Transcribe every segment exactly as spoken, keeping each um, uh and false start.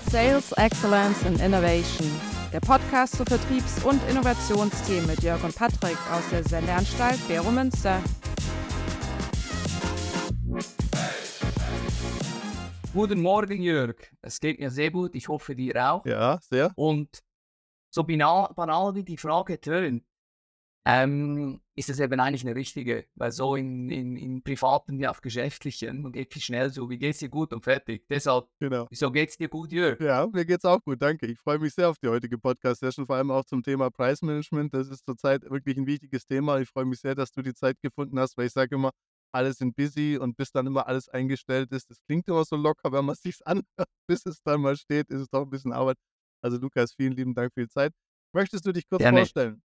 Sales Excellence and Innovation, der Podcast zu Vertriebs- und Innovationsthemen mit Jörg und Patrick aus der Sendeanstalt Bero Münster. Guten Morgen, Jörg. Es geht mir sehr gut. Ich hoffe, dir auch. Ja, sehr. Und so banal, banal wie die Frage tönt, ähm, ist es eben eigentlich eine richtige. Weil so in, in, in privaten wie auf geschäftlichen und geht viel schnell so, wie geht's dir gut und fertig. Deshalb, Genau. wieso geht's dir gut, Jörg? Ja, mir geht's auch gut, danke. Ich freue mich sehr auf die heutige Podcast-Session, vor allem auch zum Thema Preismanagement. Das ist zurzeit wirklich ein wichtiges Thema. Ich freue mich sehr, dass du die Zeit gefunden hast, weil ich sage immer, alle sind busy und bis dann immer alles eingestellt ist. Das klingt immer so locker, wenn man es sich anhört, bis es dann mal steht, ist es doch ein bisschen Arbeit. Also Lukas, vielen lieben Dank für die Zeit. Möchtest du dich kurz Gerne. vorstellen?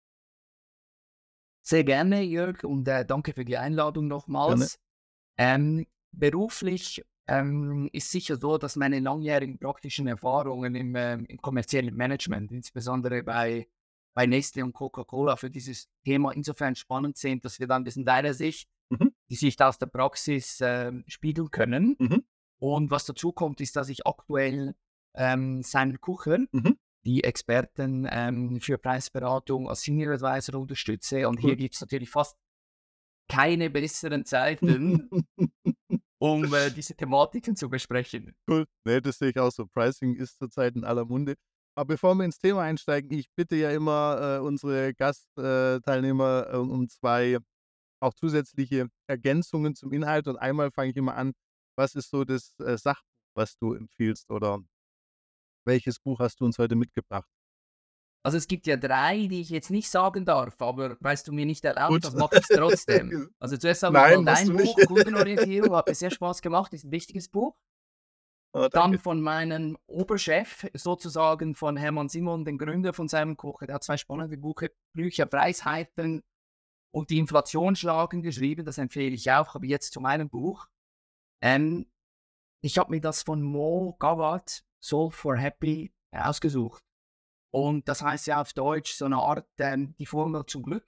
Sehr gerne, Jörg, und äh, danke für die Einladung nochmals. Ähm, beruflich ähm, ist sicher so, dass meine langjährigen praktischen Erfahrungen im, ähm, im kommerziellen Management, insbesondere bei, bei Nestle und Coca-Cola, für dieses Thema insofern spannend sind, dass wir dann das in deiner Sicht, Mhm. die Sicht aus der Praxis ähm, spiegeln können. Mhm. Und was dazu kommt, ist, dass ich aktuell ähm, Simon Kucher, Mhm. die Experten ähm, für Preisberatung als Senior Advisor unterstütze. Und Cool. hier gibt es natürlich fast keine besseren Zeiten, um äh, diese Thematiken zu besprechen. Cool. Nee, das sehe ich auch so. Pricing ist zurzeit in aller Munde. Aber bevor wir ins Thema einsteigen, ich bitte ja immer äh, unsere Gastteilnehmer äh, um zwei auch zusätzliche Ergänzungen zum Inhalt. Und einmal fange ich immer an, was ist so das äh, Sachbuch, was du empfiehlst oder welches Buch hast du uns heute mitgebracht? Also es gibt ja drei, die ich jetzt nicht sagen darf, aber weißt du mir nicht erlaubt, Gut. das mache ich trotzdem. Also zuerst habe ich Nein, mal musst dein du Buch, nicht. Kundenorientierung, hat mir sehr Spaß gemacht, ist ein wichtiges Buch. Oh, Dann danke. von meinem Oberchef, sozusagen von Hermann Simon, dem Gründer von Simon Kucher, der hat zwei spannende Buche, Bücher, Preisheiten und die Inflation schlagen geschrieben, das empfehle ich auch, aber jetzt zu meinem Buch. Ähm, ich habe mir das von Mo Gawad, Solve for Happy, ausgesucht. Und das heißt ja auf Deutsch so eine Art, ähm, die Formel zum Glück.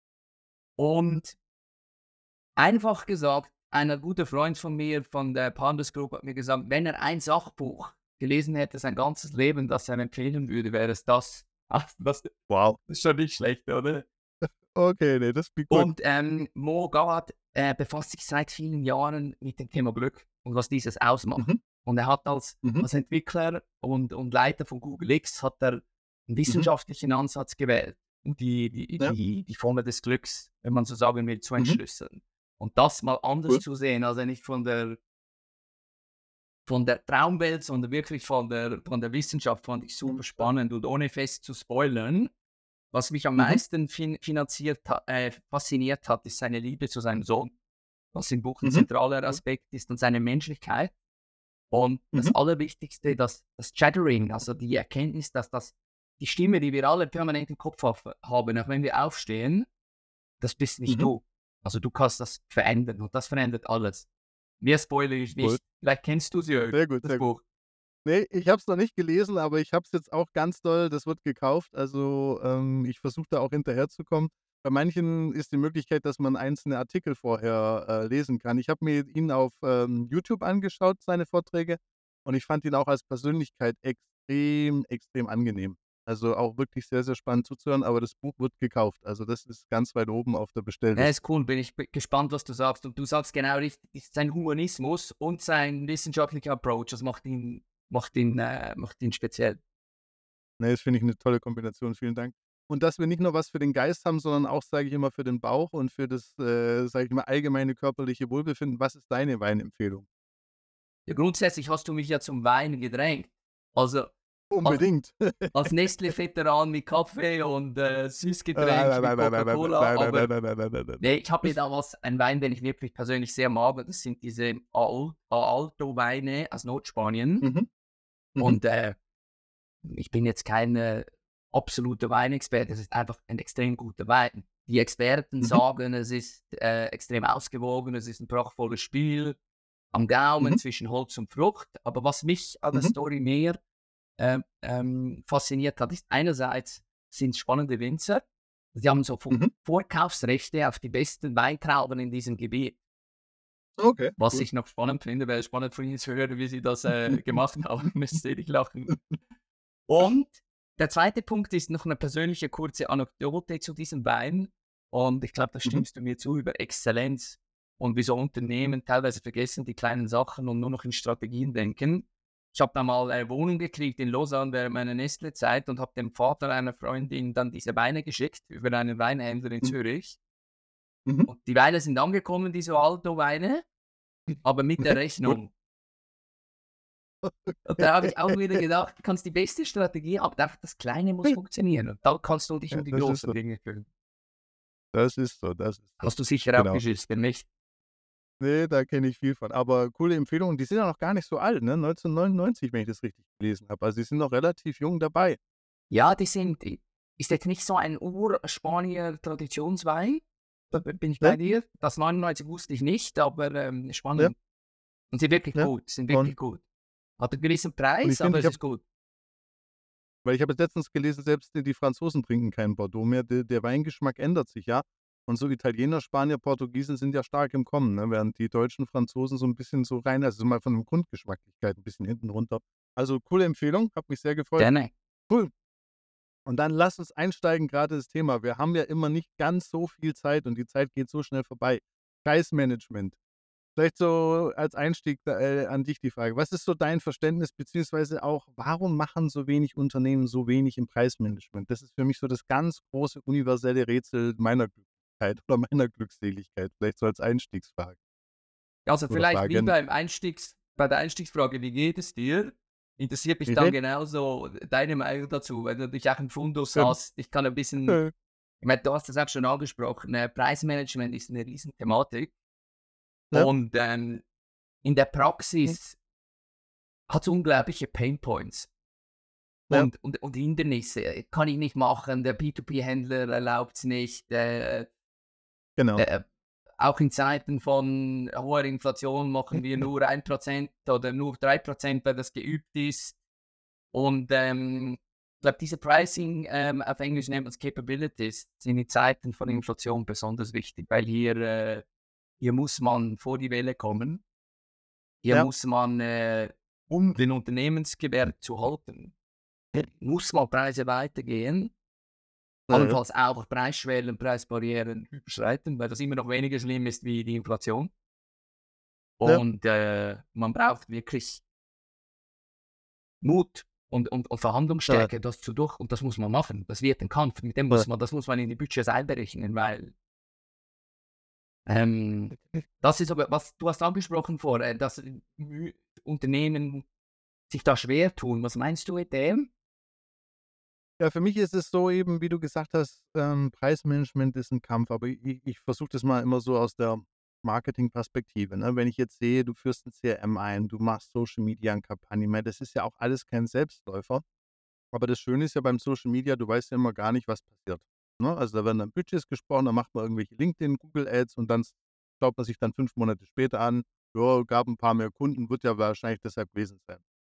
Und einfach gesagt, ein guter Freund von mir von der Pandas Group hat mir gesagt, wenn er ein Sachbuch gelesen hätte, sein ganzes Leben, das er empfehlen würde, wäre es das. Ach, das Wow. ist schon nicht schlecht, oder? Okay, nee, das klingt gut. Und ähm, Mo Gawad äh, befasst sich seit vielen Jahren mit dem Thema Glück und was dieses ausmacht. Mhm. Und er hat als, Mhm. als Entwickler und, und Leiter von Google X hat er einen wissenschaftlichen Ansatz gewählt, um die, die, Ja. die, die Formel des Glücks, wenn man so sagen will, zu Mhm. entschlüsseln. Und das mal anders Cool. zu sehen, also nicht von der, von der Traumwelt, sondern wirklich von der, von der Wissenschaft, fand ich super spannend. Und ohne fest zu spoilern, was mich am Mhm. meisten fin- finanziert, ha- äh, fasziniert hat, ist seine Liebe zu seinem Sohn, was im Buch ein Mhm. zentraler Aspekt ist, und seine Menschlichkeit. Und das Mhm. Allerwichtigste, das, das Chattering, also die Erkenntnis, dass das die Stimme, die wir alle permanent im Kopf haf- haben, auch wenn wir aufstehen, das bist nicht Mhm. du. Also du kannst das verändern und das verändert alles. Mehr spoilere ich Cool. nicht. Vielleicht kennst du es, Jörg, Sehr gut, das sehr gut. Buch. Nee, ich habe es noch nicht gelesen, aber ich habe es jetzt auch ganz doll, das wird gekauft. Also ähm, ich versuche da auch hinterherzukommen. Bei manchen ist die Möglichkeit, dass man einzelne Artikel vorher äh, lesen kann. Ich habe mir ihn auf ähm, YouTube angeschaut, seine Vorträge, und ich fand ihn auch als Persönlichkeit extrem, extrem angenehm. Also auch wirklich sehr, sehr spannend zuzuhören, aber das Buch wird gekauft. Also das ist ganz weit oben auf der Ja, Bestellliste. ist cool, bin ich be- gespannt, was du sagst. Und du sagst genau richtig, ist sein Humanismus und sein wissenschaftlicher Approach, das macht ihn, macht ihn, äh, macht ihn speziell. Ne, das finde ich eine tolle Kombination. Vielen Dank. Und dass wir nicht nur was für den Geist haben, sondern auch, sage ich immer, für den Bauch und für das, äh, sage ich mal, allgemeine körperliche Wohlbefinden. Was ist deine Weinempfehlung? Ja, grundsätzlich hast du mich ja zum Weinen gedrängt. Also als, Unbedingt. als Nestle-Veteran mit Kaffee und äh, Nein, Süßgetränk nein, mit nein, nein, nein, nein, Coca-Cola, nein, nein, aber nein, nein, nein, nein, nein. nee, ich habe mir damals einen Wein, den ich wirklich persönlich sehr mag, das sind diese Al- Alto-Weine aus Nordspanien. Mhm. Mhm. Und äh, ich bin jetzt kein äh, absoluter Weinexperte, es ist einfach ein extrem guter Wein. Die Experten Mhm. sagen, es ist äh, extrem ausgewogen, es ist ein prachtvolles Spiel am Gaumen Mhm. zwischen Holz und Frucht. Aber was mich an der Mhm. Story mehr ähm, ähm, fasziniert hat, ist einerseits sind spannende Winzer. Sie haben so Vo- Mhm. Vorkaufsrechte auf die besten Weintrauben in diesem Gebiet. Okay, Was cool. ich noch spannend finde, wäre spannend von Ihnen zu hören, wie Sie das äh, gemacht haben. Müsste ich lachen. Und der zweite Punkt ist noch eine persönliche kurze Anekdote zu diesem Wein. Und ich glaube, da Mhm. stimmst du mir zu über Exzellenz und wieso Unternehmen teilweise vergessen die kleinen Sachen und nur noch in Strategien denken. Ich habe da mal eine Wohnung gekriegt in Lausanne während meiner Nestle-Zeit und habe dem Vater einer Freundin dann diese Weine geschickt über einen Weinhändler in Mhm. Zürich. Mhm. Und die Weine sind angekommen, diese Alto-Weine, aber mit der Gut. Rechnung. Und da habe ich auch wieder gedacht, du kannst die beste Strategie haben, einfach das Kleine muss funktionieren. Und dann kannst du dich Ja, um die das ist großen so. Dinge kümmern. Das ist so, das ist so. Hast du sicher auch Genau. geschissen, nicht? Ne, da kenne ich viel von. Aber coole Empfehlung. Die sind ja noch gar nicht so alt, ne? neunzehnhundertneunundneunzig, wenn ich das richtig gelesen habe. Also, die sind noch relativ jung dabei. Ja, die sind, ist jetzt nicht so ein Ur-Spanier-Traditionswein. Da bin ich bei Ne? dir. Das neunundneunzig wusste ich nicht, aber ähm, Ja, spannend. Und sind wirklich ja. gut, sind Und wirklich gut. Hat einen gewissen und ich Preis, finde, aber ich es habe ist gut. weil ich habe jetzt letztens gelesen, selbst die die Franzosen trinken keinen Bordeaux mehr. Der der Weingeschmack ändert sich ja. Und so Italiener, Spanier, Portugiesen sind ja stark im Kommen, ne? Während die Deutschen, Franzosen so 'n bisschen so rein also, mal von der Grundgeschmacklichkeit 'n bisschen hinten runter. Also, coole Empfehlung, hat mich sehr gefreut. Gerne. Cool. Und dann lass uns einsteigen, grade das Thema. Wir haben ja immer nicht ganz so viel Zeit und die Zeit geht so schnell vorbei. Preismanagement. Vielleicht so als Einstieg, äh, an dich die Frage: Was ist so dein Verständnis, beziehungsweise auch, warum machen so wenig Unternehmen so wenig im Preismanagement? Das ist für mich so das ganz große universelle Rätsel meiner Glücklichkeit oder meiner Glückseligkeit. Vielleicht so als Einstiegsfrage Also oder vielleicht wie Fragen. beim Einstiegs bei der Einstiegsfrage: „Wie geht es dir?“ Interessiert mich dann Mhm. genauso deine Meinung dazu, wenn du natürlich auch 'n Fundus Gen hast. Ich kann ein bisschen ich meine, du hast das auch schon angesprochen, äh, Preismanagement ist 'ne Riesenthematik Ja. und, ähm, in der Praxis hat's unglaubliche Painpoints Ja, und und und Hindernisse. Kann ich nicht machen, der B zwei B-Händler erlaubt's nicht, äh genau. Äh, auch in Zeiten von hoher Inflation machen wir nur ein Prozent oder nur drei Prozent, weil das geübt ist. Und, ähm, ich glaube, diese Pricing, ähm, auf Englisch nennt man's Capabilities, sind in Zeiten von Inflation besonders wichtig, weil hier äh, hier muss man vor die Welle kommen. Hier Ja. muss man, äh, um den Unternehmenswert zu halten, muss man Preise weitergehen. Mhm. Allenfalls auch Preisschwellen, Preisbarrieren überschreiten, weil das immer noch weniger schlimm ist wie die Inflation. Ja. Und, äh, man braucht wirklich Mut und und und Ja. Verhandlungsstärke, das zu durch und das muss man machen. Das wird ein Kampf, mit dem Ja. muss man das muss man in die Budgets einberechnen, weil, ähm, das ist aber was du hast angesprochen vorher, dass Mü Unternehmen sich da schwer tun. Was meinst du mit dem? Ja, für mich ist es so eben, wie du gesagt hast, ähm, Preismanagement ist 'n Kampf, aber i ich versuche das mal immer so aus der Marketingperspektive, ne? Wenn ich jetzt sehe, du führst 'n C R M ein, du machst Social-Media-Kampagnen, ich meine, das ist ja auch alles kein Selbstläufer. Aber das Schöne ist ja beim Social Media, du weißt ja immer gar nicht, was passiert, ne? Also, da werden dann Budgets gesprochen, dann macht man irgendwelche LinkedIn, Google Ads und dann s schaut man sich dann fünf Monate später an: „Ja, gab 'n paar mehr Kunden, wird ja wahrscheinlich deshalb gewesen sein.“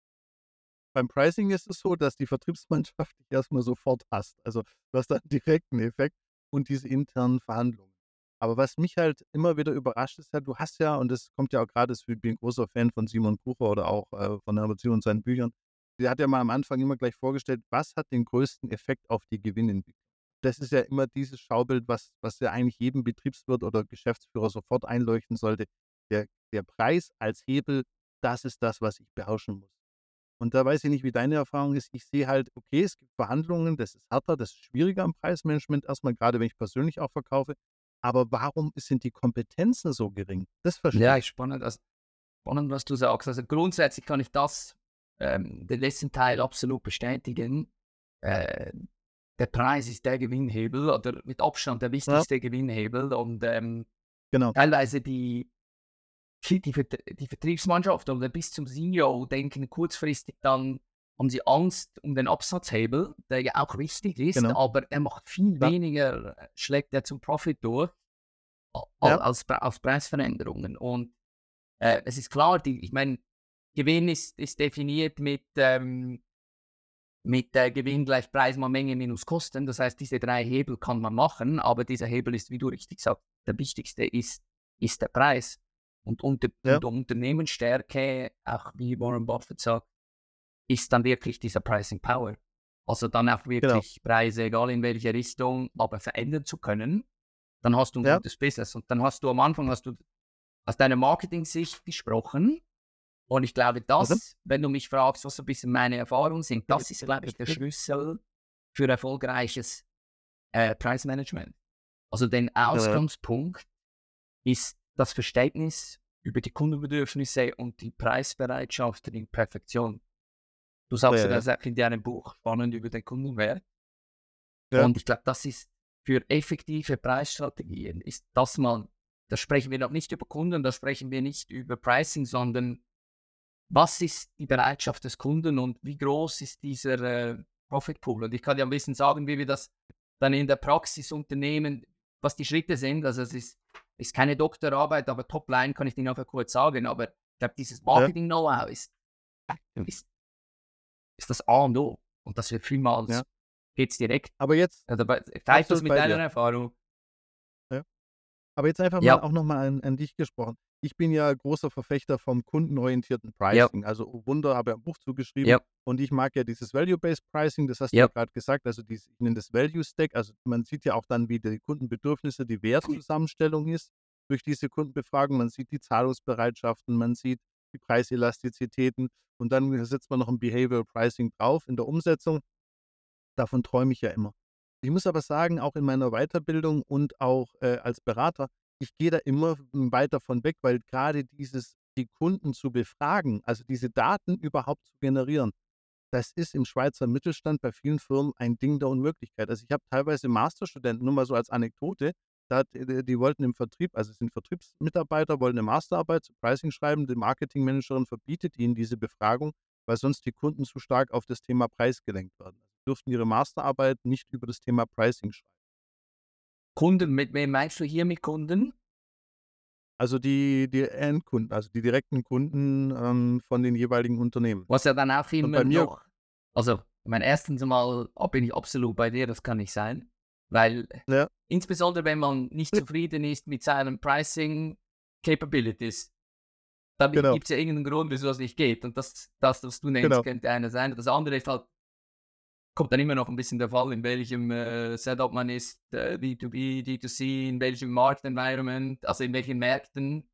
Beim Pricing ist es so, dass die Vertriebsmannschaft dich erst mal sofort hasst. Also, du hast da 'n direkten Effekt und diese internen Verhandlungen. Aber was mich halt immer wieder überrascht, ist halt, du hast ja und das kommt ja auch grade ich bin großer Fan von Simon Kucher oder auch, äh, von Herbert Simon und seinen Büchern. Der hat ja mal am Anfang immer gleich vorgestellt, was hat den größten Effekt auf die Gewinnentwicklung? Das ist ja immer dieses Schaubild, was was ja eigentlich jedem Betriebswirt oder Geschäftsführer sofort einleuchten sollte. Der der Preis als Hebel, das ist das, was ich beherrschen muss. Und da weiß ich nicht, wie deine Erfahrung ist. Ich sehe halt, okay, es gibt Verhandlungen, das ist härter, das ist schwieriger im Preismanagement erst mal, grade wenn ich persönlich auch verkaufe. Aber warum sind die Kompetenzen so gering? Das verstehe Ja, ich. ist spannend, also spannend, was du sagst. Also, grundsätzlich kann ich das, ähm, den letzten Teil absolut bestätigen. Äh, der Preis ist der Gewinnhebel oder mit Abstand der Ja, wichtigste Gewinnhebel und, ähm, genau. teilweise die die die Vert die Vertriebsmannschaft oder bis zum C E O denken kurzfristig dann haben sie Angst um den Absatzhebel, der ja auch wichtig ist, Genau. aber er macht viel Ja, weniger äh, schlägt er zum Profit durch a ja, als Pre als Preisveränderungen. Und, äh, es ist klar, die ich meine, Gewinn ist ist definiert mit, ähm mit, äh, Gewinn gleich Preis mal Menge minus Kosten. Das heißt, diese drei Hebel kann man machen, aber dieser Hebel ist, wie du richtig sagst, der wichtigste ist ist der Preis. Und unter, Ja. unter Unternehmensstärke, auch wie Warren Buffett sagt, ist dann wirklich dieser Pricing Power. Also dann auch Genau. wirklich Preise, egal in welche Richtung, aber verändern zu können. Dann hast du ein Ja. gutes Business. Und dann hast du am Anfang hast du aus deiner Marketing-Sicht gesprochen. Und ich glaube, Mhm. das, wenn du mich fragst, was so ein bisschen meine Erfahrungen sind, das ist, glaube ich, der Schlüssel für erfolgreiches äh, Preismanagement. Also den Ja. Ausgangspunkt ist das Verständnis über die Kundenbedürfnisse und die Preisbereitschaft in Perfektion. Du sagst ja Ja. das auch in deinem Buch, spannend über den Kundenwert. Ja. Und ich glaube, das ist für effektive Preisstrategien, ist das mal, da sprechen wir noch nicht über Kunden, da sprechen wir nicht über Pricing, sondern was ist die Bereitschaft des Kunden und wie groß ist dieser äh, Profit Pool? Und ich kann dir ein bisschen sagen, wie wir das dann in der Praxis unternehmen, was die Schritte sind. Also es ist, ist keine Doktorarbeit, aber Topline kann ich dir nachher kurz sagen. Aber ich glaube, dieses Ja. Marketing-Know-how ist, ist, ist das A und O. Und das wird vielmals, Ja. geht es direkt. Aber jetzt Also, teil das absolut mit bei deiner dir. Erfahrung. Ja. Aber jetzt einfach mal Ja, auch nochmal an, an dich gesprochen. Ich bin ja großer Verfechter vom kundenorientierten ja, Pricing. Also oh Wunder, habe ja ein Buch zugeschrieben. ja, Und ich mag ja dieses Value-Based Pricing, das hast du ja. ja gerade gesagt. Also dieses, ich nenne das Value Stack. Also man sieht ja auch dann, wie die Kundenbedürfnisse, die Wertzusammenstellung ist durch diese Kundenbefragung. Man sieht die Zahlungsbereitschaften, man sieht die Preiselastizitäten und dann setzt man noch ein Behavioral Pricing drauf in der Umsetzung. Davon träume ich ja immer. Ich muss aber sagen, auch in meiner Weiterbildung und auch äh, als Berater, ich gehe da immer m, weiter von weg, weil gerade dieses, die Kunden zu befragen, also diese Daten überhaupt zu generieren, das ist im Schweizer Mittelstand bei vielen Firmen ein Ding der Unmöglichkeit. Also ich habe teilweise Masterstudenten, nur mal so als Anekdote, da hat, äh, die wollten im Vertrieb, also es sind Vertriebsmitarbeiter, wollten eine Masterarbeit zu Pricing schreiben, die Marketingmanagerin verbietet ihnen diese Befragung, weil sonst die Kunden zu stark auf das Thema Preis gelenkt werden. Also sie dürften ihre Masterarbeit nicht über das Thema Pricing schreiben. Kunden, mit wem meinst du hier mit Kunden? Also die, die Endkunden, also die direkten Kunden ähm, von den jeweiligen Unternehmen. Was ja dann auch Und immer bei mir, noch, also ich meine, erstens mal bin ich absolut bei dir, das kann nicht sein, weil ja, insbesondere wenn man nicht zufrieden ist mit seinen Pricing Capabilities, dann genau, gibt es ja irgendeinen Grund, wieso es nicht geht. Und das, das, was du nennst, genau. könnte einer sein. Das andere ist halt, kommt dann immer noch ein bisschen der Fall, in welchem äh, Setup man ist, äh, B zwei B, D zwei C, in welchem Marktenvironment, also in welchen Märkten.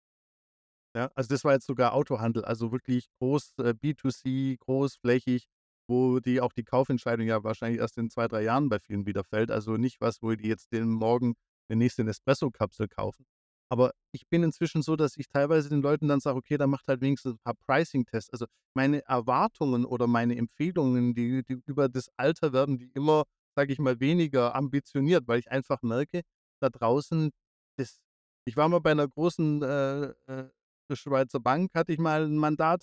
Ja, also das war jetzt sogar Autohandel, also wirklich groß, äh, B zwei C, großflächig, wo die auch die Kaufentscheidung ja wahrscheinlich erst in zwei drei Jahren bei vielen wieder fällt. Also nicht was, wo die jetzt den morgen die nächste Nespresso-Kapsel kaufen. Aber ich bin inzwischen so, dass ich teilweise den Leuten dann sage: „Okay, dann macht halt wenigstens ein paar Pricing-Tests.“ Also, meine Erwartungen oder meine Empfehlungen, die die über das Alter werden die immer, sage ich mal, weniger ambitioniert, weil ich einfach merke, da draußen ist ich war mal bei einer großen, äh, äh Schweizer Bank hatte ich mal 'n Mandat,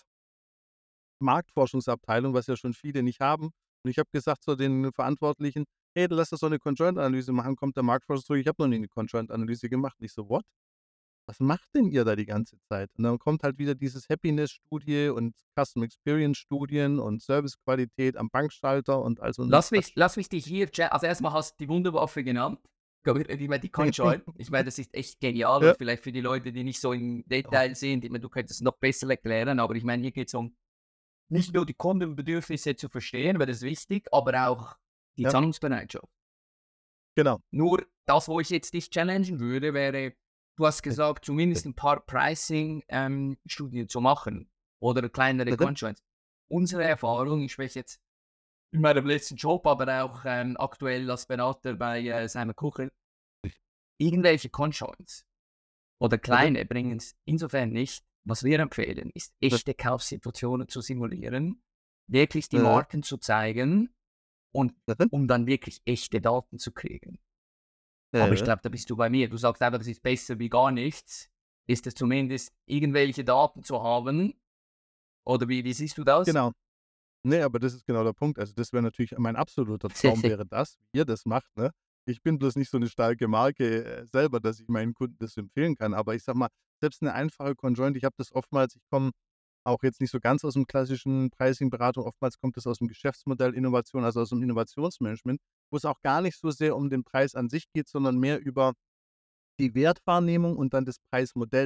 Marktforschungsabteilung, was ja schon viele nicht haben. Und ich habe gesagt zu den Verantwortlichen: „Hey, lass uns doch 'ne Conjoint-Analyse machen.“ Kommt der Marktforscher zurück: „Ich habe noch nie 'ne Conjoint-Analyse gemacht.“ Und ich so: „What? Was macht denn ihr da die ganze Zeit?“ Und dann kommt halt wieder dieses Happiness-Studie und Customer Experience-Studien und Servicequalität am Bankschalter und all so 'n Lass mich, Quatsch. lass mich dich hier, cha- also erstmal hast du die Wunderwaffe genannt. Ich meine, die Conjoint. Ich meine, das ist echt genial Ja, und vielleicht für die Leute, die nicht so im oh, Detail sind, ich meine, du könntest es noch besser erklären, aber ich meine, hier geht es um nicht nur die Kundenbedürfnisse zu verstehen, weil das ist wichtig, aber auch die ja, Zahlungsbereitschaft. genau. Nur das, wo ich jetzt dich challengen würde, wäre, du hast gesagt, zumindest ein paar Pricing-Studien zu machen oder kleinere Mhm, Conjoints. Unsere Erfahrung, ich spreche jetzt in meinem letzten Job, aber auch ähm, aktuell als Berater bei äh, Simon Kucher, irgendwelche Conjoints oder mhm, kleine bringen es insofern nicht. Was wir empfehlen, ist mhm, echte Kaufsituationen zu simulieren, wirklich die mhm, Marken zu zeigen und mhm, um dann wirklich echte Daten zu kriegen. Aber ich mhm. glaube, da bist du bei mir. Du sagst einfach, das ist besser wie gar nichts. Ist es zumindest irgendwelche Daten zu haben? Oder wie, wie siehst du das? Genau. Ne, aber das ist genau der Punkt. Also, das wäre natürlich mein absoluter Traum wäre das, wie ihr das macht, ne? Ich bin bloß nicht so 'ne starke Marke, äh, selber, dass ich meinen Kunden das empfehlen kann. Aber ich sage mal, selbst 'ne einfache Conjoint, ich habe das oftmals ich komme auch jetzt nicht so ganz aus'm klassischen Pricing-Beratung, oftmals kommt das aus'm Geschäftsmodell Innovation, also aus'm Innovationsmanagement, wo's auch gar nicht so sehr um den Preis an sich geht, sondern mehr über die Wertwahrnehmung und dann das Preismodell.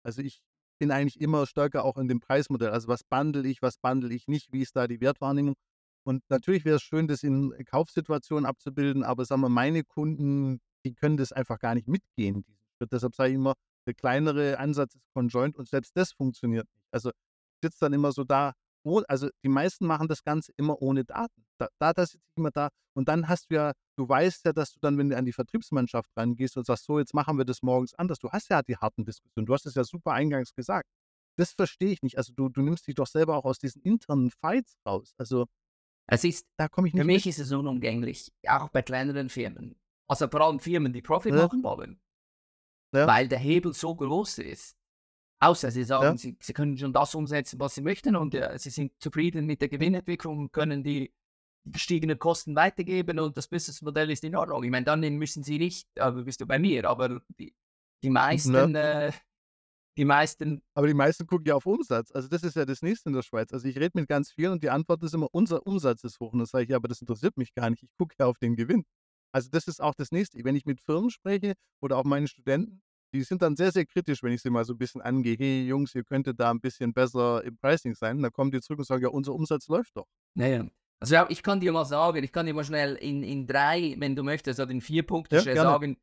Also ich bin eigentlich immer stärker auch in dem Preismodell. Also was bundle ich, was bundle ich nicht, wie ist da die Wertwahrnehmung? Und natürlich wäre es schön, das in Kaufsituationen abzubilden, aber sagen wir, meine Kunden, die können das einfach gar nicht mitgehen, diesen Schritt. Deshalb sage ich immer, der kleinere Ansatz ist Conjoint und selbst das funktioniert nicht. Also ich sitze dann immer so da, oh, also die meisten machen das Ganze immer ohne Daten. Da, Data sitze ich immer da und dann hast du ja, du weißt ja, dass du dann, wenn du an die Vertriebsmannschaft rangehst und sagst, so, jetzt machen wir das morgens anders, du hast ja die harten Diskussionen, du hast es ja super eingangs gesagt. Das verstehe ich nicht. Also du, du nimmst dich doch selber auch aus diesen internen Fights raus. Also Es ist, da komme ich für nicht mich mit. ist es unumgänglich, auch bei kleineren Firmen. Also vor allem Firmen, die Profit Ja, machen wollen, ja, weil der Hebel so groß ist. Außer sie sagen, ja. sie, sie können schon das umsetzen, was sie möchten und äh, sie sind zufrieden mit der Gewinnentwicklung, können die gestiegenen Kosten weitergeben und das Businessmodell ist in Ordnung. Ich meine, dann müssen sie nicht, also bist du bei mir, aber die, die Ja. meisten, äh, die meisten, Aber die meisten gucken ja auf Umsatz. Also das ist ja das Nächste in der Schweiz. Also ich rede mit ganz vielen und die Antwort ist immer, unser Umsatz ist hoch. Und dann sage ich, ja, aber das interessiert mich gar nicht. Ich gucke ja auf den Gewinn. Also das ist auch das Nächste. Wenn ich mit Firmen spreche oder auch meine Studenten, die sind dann sehr, sehr kritisch, wenn ich sie mal so ein bisschen angehe. Hey Jungs, ihr könntet da ein bisschen besser im Pricing sein. Dann kommen die zurück und sagen, ja, unser Umsatz läuft doch. naja. Also ja, ich kann dir mal sagen, ich kann dir mal schnell in, in drei, wenn du möchtest, oder in vier Punkte Ja, schnell gerne. sagen,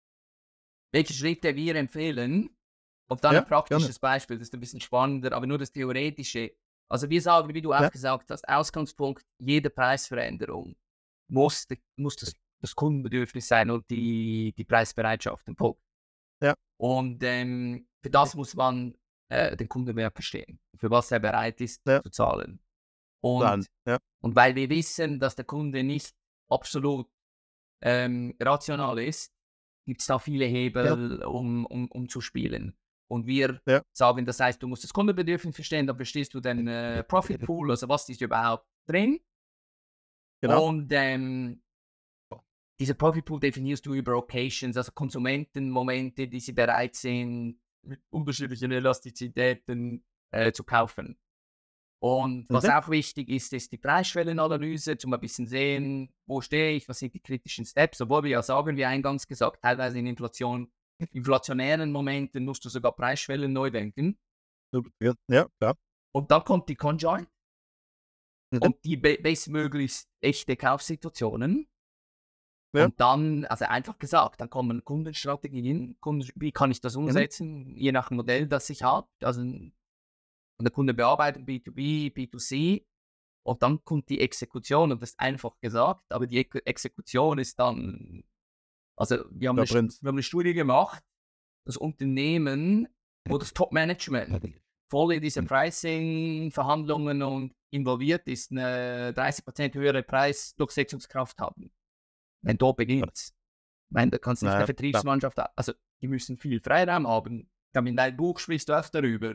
welche Schritte wir empfehlen. Und dann Ja, ein gerne. praktisches Beispiel, das ist ein bisschen spannender, aber nur das Theoretische. Also wir sagen, wie du Ja, auch gesagt hast, Ausgangspunkt jeder Preisveränderung muss, de- muss das, das Kundenbedürfnis sein und die, die Preisbereitschaft. Ein Punkt. ja, Und ähm, für das muss man äh, den Kundenwert verstehen, für was er bereit ist ja, zu zahlen. dann. Und, Ja, und weil wir wissen, dass der Kunde nicht absolut ähm, rational ist, gibt es da viele ja, Hebel, um, um, um zu spielen. Und wir ja, sagen, das heißt, du musst das Kundenbedürfnis verstehen, dann verstehst du den äh, Profit Pool, also was ist überhaupt drin. genau. Und ähm, dieser Profit Pool definierst du über Occasions, also Konsumentenmomente, die sie bereit sind, mit unterschiedlichen Elastizitäten äh, zu kaufen. Und was Mhm. auch wichtig ist, ist die Preisschwellenanalyse, um ein bisschen sehen, wo stehe ich, was sind die kritischen Steps, obwohl wir ja sagen, wie eingangs gesagt, teilweise in Inflation, inflationären Momenten musst du sogar Preisschwellen neu denken. Ja, ja, klar. Und dann kommt die Conjoint Mhm. und die be bestmöglichst echte Kaufsituationen. Ja, Und dann, also einfach gesagt, dann kommen Kundenstrategien, Kunden, wie kann ich das mhm. umsetzen, je nach Modell, das ich habe. Also und der Kunde bearbeitet B zwei B, B zwei C. Und dann kommt die Exekution und das ist einfach gesagt, aber die Ex Exekution ist dann, also wir haben, Da eine, brennt's. wir haben eine Studie gemacht, das Unternehmen, wo das Top-Management voll in diese Pricing-Verhandlungen und involviert ist, eine dreißig Prozent höhere Preisdurchsetzungskraft haben. Wenn da beginnt, ich meine, da kannst du nicht eine Na ja, klar. Vertriebsmannschaft, also die müssen viel Freiraum haben. In deinem Buch sprichst du auch darüber.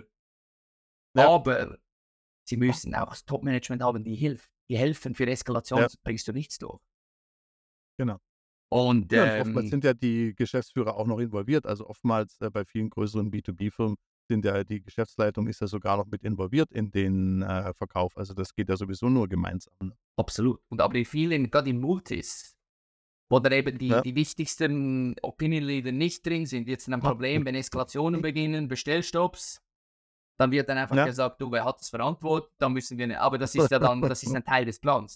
Ja, Aber sie müssen auch das Top-Management haben, die hilft. Die helfen für Eskalation, ja, sonst bringst du nichts durch. genau. Und Ja, und oftmals ähm, sind ja die Geschäftsführer auch noch involviert. Also oftmals äh, bei vielen größeren B zwei B-Firmen sind ja die Geschäftsleitung ist ja sogar noch mit involviert in den äh, Verkauf. Also das geht ja sowieso nur gemeinsam. Ne? absolut. Und aber die vielen, gerade in Multis, wo dann eben die, Ja. die wichtigsten Opinion Leader nicht drin sind, jetzt ein Problem, wenn Eskalationen beginnen, Bestellstopps, dann wird dann einfach Ja. gesagt, du, wer hat das verantwortet? Dann müssen wir, ne, aber das ist ja dann, das ist ein Teil des Plans.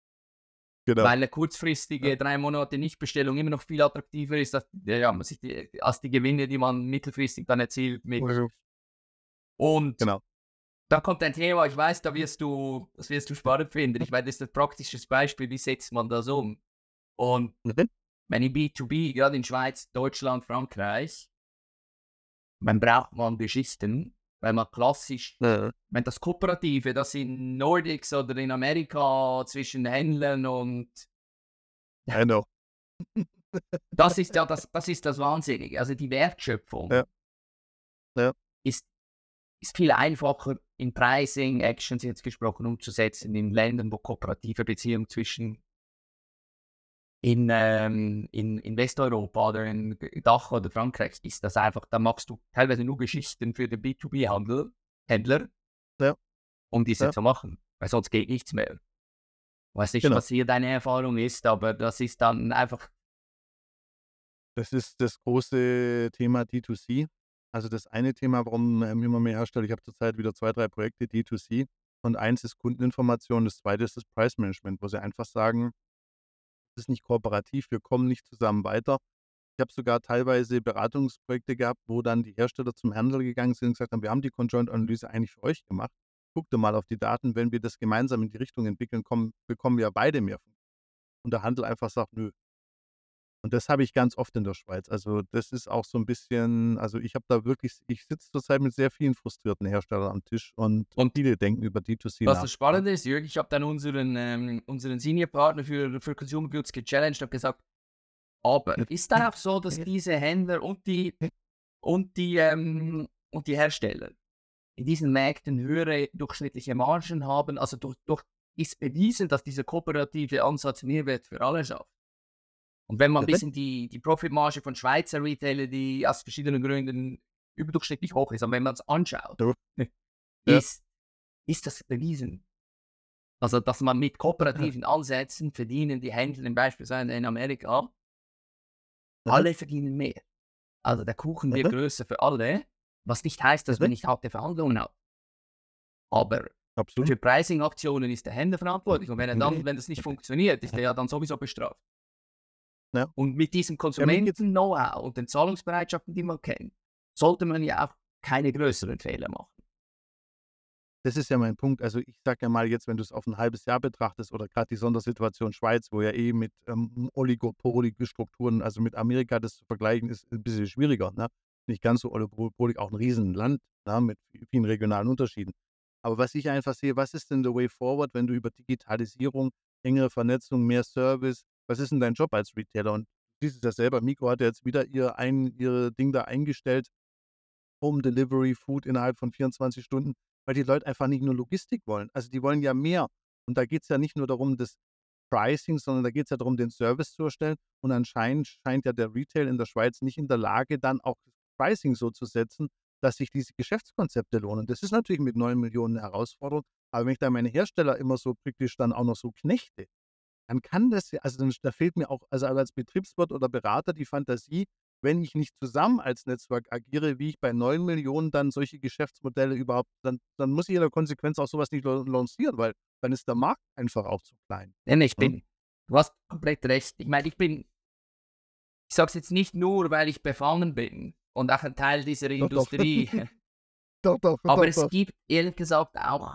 Genau. Weil eine kurzfristige Ja. drei Monate Nichtbestellung immer noch viel attraktiver ist, als, ja, ja, man sich die, als die Gewinne, die man mittelfristig dann erzielt. Mit. Und Genau. da kommt ein Thema, ich weiß, da wirst du, das wirst du spannend finden. Ich meine, das ist ein praktisches Beispiel, wie setzt man das um? Und Mhm. wenn in B zwei B, gerade in Schweiz, Deutschland, Frankreich, man braucht man Geschichten, weil man klassisch, Ja. wenn das Kooperative, das in Nordics oder in Amerika zwischen Händlern und I know. das ist ja das, das ist das Wahnsinnige. Also die Wertschöpfung Ja. Ja. ist, ist viel einfacher in Pricing, Actions jetzt gesprochen, umzusetzen in Ländern, wo kooperative Beziehungen zwischen in, ähm, in, in Westeuropa oder in Dach oder Frankreich ist das einfach, da machst du teilweise nur Geschichten für den B zwei B-Handel, Händler, Ja. um diese Ja. zu machen, weil sonst geht nichts mehr. Ich weiß nicht, Genau. was hier deine Erfahrung ist, aber das ist dann einfach, Das ist das große Thema D zwei C. Also das eine Thema, warum ähm, immer mehr Hersteller, ich habe zurzeit wieder zwei, drei Projekte D zwei C und eins ist Kundeninformation, das zweite ist das Price Management, wo sie einfach sagen, es ist nicht kooperativ, wir kommen nicht zusammen weiter. Ich habe sogar teilweise Beratungsprojekte gehabt, wo dann die Hersteller zum Händler gegangen sind und gesagt haben: „Wir haben die Conjoint-Analyse eigentlich für euch gemacht. Guckt doch mal auf die Daten, wenn wir das gemeinsam in die Richtung entwickeln, kommen bekommen wir beide mehr von.“ Und der Handel einfach sagt: „Nö.“ Und das habe ich ganz oft in der Schweiz. Also, das ist auch so 'n bisschen, also, ich habe da wirklich ich sitze zurzeit mit sehr vielen frustrierten Herstellern am Tisch und Und viele denken über D zwei C was das nach, ne? Spannende ist, Jürgen, ich habe dann unseren, ähm, unseren Senior-Partner für, für Consumer Goods gechallenged und gesagt, aber ist dann auch so, dass diese Händler und die, und die, ähm, und die Hersteller in diesen Märkten höhere durchschnittliche Margen haben? Also durch, durch ist bewiesen, dass dieser kooperative Ansatz Mehrwert für alle schafft. Und wenn man ein Bitte? bisschen die, die Profitmarge von Schweizer Retailer, die aus verschiedenen Gründen überdurchschnittlich hoch ist, aber wenn man es anschaut, Ja, ja. ist, ist das bewiesen. Also, dass man mit kooperativen Ansätzen verdienen die Händler beispielsweise in Amerika, Mhm, alle verdienen mehr. Also der Kuchen wird mhm, größer für alle, was nicht heißt, dass mhm. man nicht harte Verhandlungen hat. Aber Absolut. für Pricing-Aktionen ist der Händler verantwortlich und wenn er dann, wenn das nicht funktioniert, ist er ja dann sowieso bestraft. Ja. Und mit diesem Ja, mir geht's Konsumenten-Know-how und den Zahlungsbereitschaften, die man kennt, sollte man ja auch keine größeren Fehler machen. Das ist ja mein Punkt. Also, ich sage ja mal jetzt, wenn du es auf ein halbes Jahr betrachtest oder gerade die Sondersituation Schweiz, wo ja eh mit, ähm, oligopolige Strukturen, also, mit Amerika das zu vergleichen, ist 'n bisschen schwieriger, ne? Nicht ganz so oligopolig, auch 'n Riesenland, ne, mit vi vielen regionalen Unterschieden. Aber was ich einfach sehe, was ist denn the way forward, wenn du über Digitalisierung, engere Vernetzung, mehr Service, was ist denn dein Job als Retailer? Und du siehst es ja selber, Migros hat ja jetzt wieder ihr ein ihr Ding da eingestellt, Home Delivery, Food innerhalb von vierundzwanzig Stunden, weil die Leute einfach nicht nur Logistik wollen. Also, die wollen ja mehr. Und da geht's ja nicht nur darum, das Pricing, sondern da geht's ja darum, den Service zu erstellen. Und anscheinend scheint ja der Retail in der Schweiz nicht in der Lage, dann auch das Pricing so zu setzen, dass sich diese Geschäftskonzepte lohnen. Das ist natürlich mit neun Millionen 'ne Herausforderung, aber wenn ich da meine Hersteller immer so praktisch dann auch noch so knechte, dann kann das ja, also, dann da fehlt mir auch, also, als Betriebswirt oder Berater die Fantasie, wenn ich nicht zusammen als Netzwerk agiere, wie ich bei neun Millionen dann solche Geschäftsmodelle überhaupt, dann dann muss ich in der Konsequenz auch so was nicht lan lancieren, weil dann ist der Markt einfach auch zu klein, Denn ich ne? bin, du hast komplett recht. Ich meine, ich bin, ich sage es jetzt nicht nur, weil ich befangen bin und auch ein Teil dieser Doch, doch. Industrie, Doch, doch, aber doch, es doch. gibt ehrlich gesagt auch,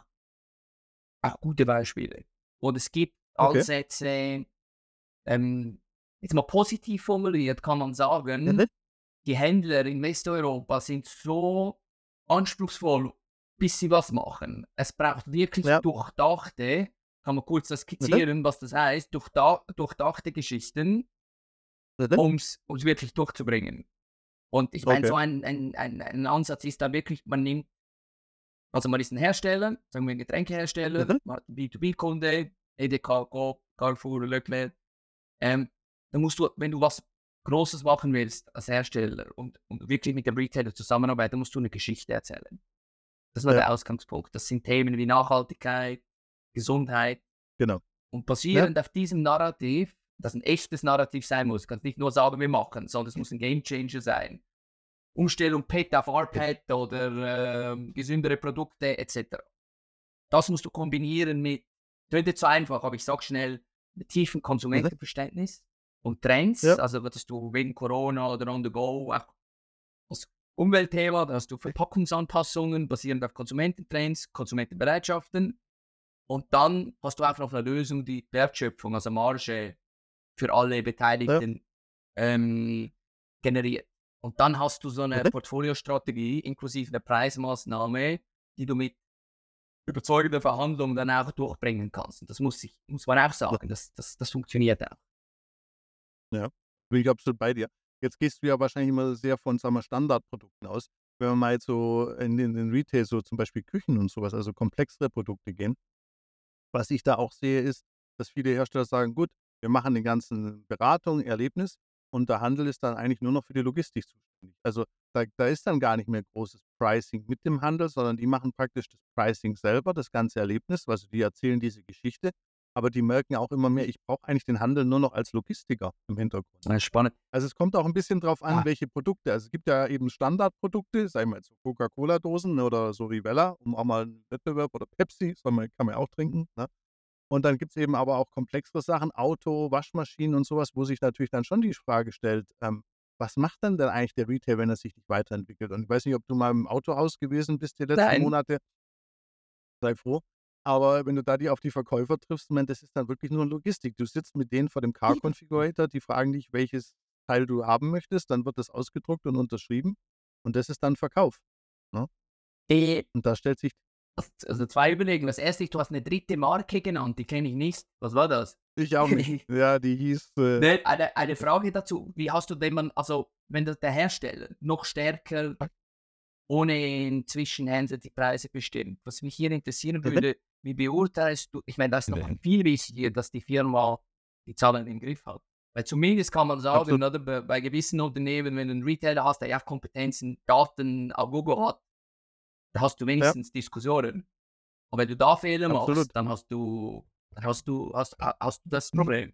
auch gute Beispiele. Und es gibt Okay. Ansätze, ähm, jetzt mal positiv formuliert kann man Mhm. sagen, die Händler in Westeuropa sind so anspruchsvoll, bis sie was machen. Es braucht wirklich Ja. durchdachte, kann man kurz das Mhm. skizzieren, was das heißt, durchda durchdachte Geschichten, Mhm. um's um's wirklich durchzubringen. Und ich meine, Okay. so ein ein ein ein Ansatz ist dann wirklich, man nimmt, also man ist ein Hersteller, sagen wir ein Getränkehersteller, Mhm. man hat 'n B zwei B-Kunde, Edeka, Coop, Carrefour, Leclerc. Ähm, dann musst du, wenn du was Großes machen willst als Hersteller und und wirklich mit dem Retailer zusammenarbeiten, musst du eine Geschichte erzählen. Das war Ja, der Ausgangspunkt. Das sind Themen wie Nachhaltigkeit, Gesundheit genau. und Ja. basierend auf diesem Narrativ, das ein echtes Narrativ sein muss, kannst nicht nur sagen: „Wir machen“, sondern es muss ein Gamechanger sein. Umstellung P E T auf R P E T oder, ähm, gesündere Produkte et cetera. Das musst du kombinieren mit, klingt jetzt so einfach, aber ich sage schnell, mit tiefem Mhm. Konsumentenverständnis und Trends, Ja. also dass du wegen Corona oder on the go auch das Umweltthema, da hast du Verpackungsanpassungen basierend auf Konsumententrends, Konsumentenbereitschaften und dann hast du auch noch eine Lösung, die Wertschöpfung, also Marge für alle Ja. Beteiligten, ähm, generiert. Und dann hast du so eine Mhm. Portfoliostrategie inklusive der Preismaßnahme, die du mit überzeugende Verhandlungen dann auch durchbringen kannst. Und das muss ich muss man auch Ja. sagen, das das das funktioniert auch. Ja, bin ich absolut bei dir. Jetzt gehst du ja wahrscheinlich immer sehr von, sagen wir, Standardprodukten aus. Wenn wir mal jetzt so in den in den Retail, so zum Beispiel Küchen und so was, also komplexere Produkte gehen. Was ich da auch sehe, ist, dass viele Hersteller sagen: „Gut, wir machen den ganzen Beratung, Erlebnis und der Handel ist dann eigentlich nur noch für die Logistik zuständig.“ Also, da da ist dann gar nicht mehr großes Pricing mit dem Handel, sondern die machen praktisch das Pricing selber, das ganze Erlebnis. Also, die erzählen diese Geschichte aber die merken auch immer mehr, ich brauche eigentlich den Handel nur noch als Logistiker im Hintergrund. Das ist spannend. Also es kommt auch ein bisschen drauf an, Ah. welche Produkte. Also es gibt ja eben Standardprodukte, sagen wir jetzt so Coca-Cola-Dosen oder so Rivella, um auch mal einen Wettbewerb oder Pepsi, soll man, kann man ja auch trinken. Ne? Und dann gibt es eben aber auch komplexere Sachen, Auto, Waschmaschinen und sowas, wo sich natürlich dann schon die Frage stellt, ähm, was macht denn dann eigentlich der Retail, wenn er sich nicht weiterentwickelt? Und ich weiß nicht, ob du mal im Autohaus gewesen bist die letzten Nein. Monate, sei froh. Aber wenn du da die auf die Verkäufer triffst, ich meine, das ist dann wirklich nur Logistik. Du sitzt mit denen vor dem Car Configurator, die fragen dich, welches Teil du haben möchtest, dann wird das ausgedruckt und unterschrieben und das ist dann Verkauf. Ne? Die, Und da stellt sich, also zwei Überlegungen. Das erste, du hast eine dritte Marke genannt, die kenne ich nicht. Was war das? ich auch nicht. Ja, die hieß, äh, Ne, eine, eine Frage dazu. Wie hast du den man, also wenn das der Hersteller noch stärker ohne Zwischenhändler die Preise bestimmt. Was mich hier interessieren Mhm. würde, wie beurteilst du, ich meine, das ist noch Nee. viel wichtiger, dass die Firma die Zahlen im Griff hat. Weil zumindest kann man sagen, Absolut. oder, bei, bei gewissen Unternehmen, wenn du einen Retailer hast, der ja Kompetenzen, Daten, auf Google hat, da hast du wenigstens Diskussionen. Und wenn du da Fehler Absolut. machst, dann hast du, dann hast du, hast, hast du das Problem.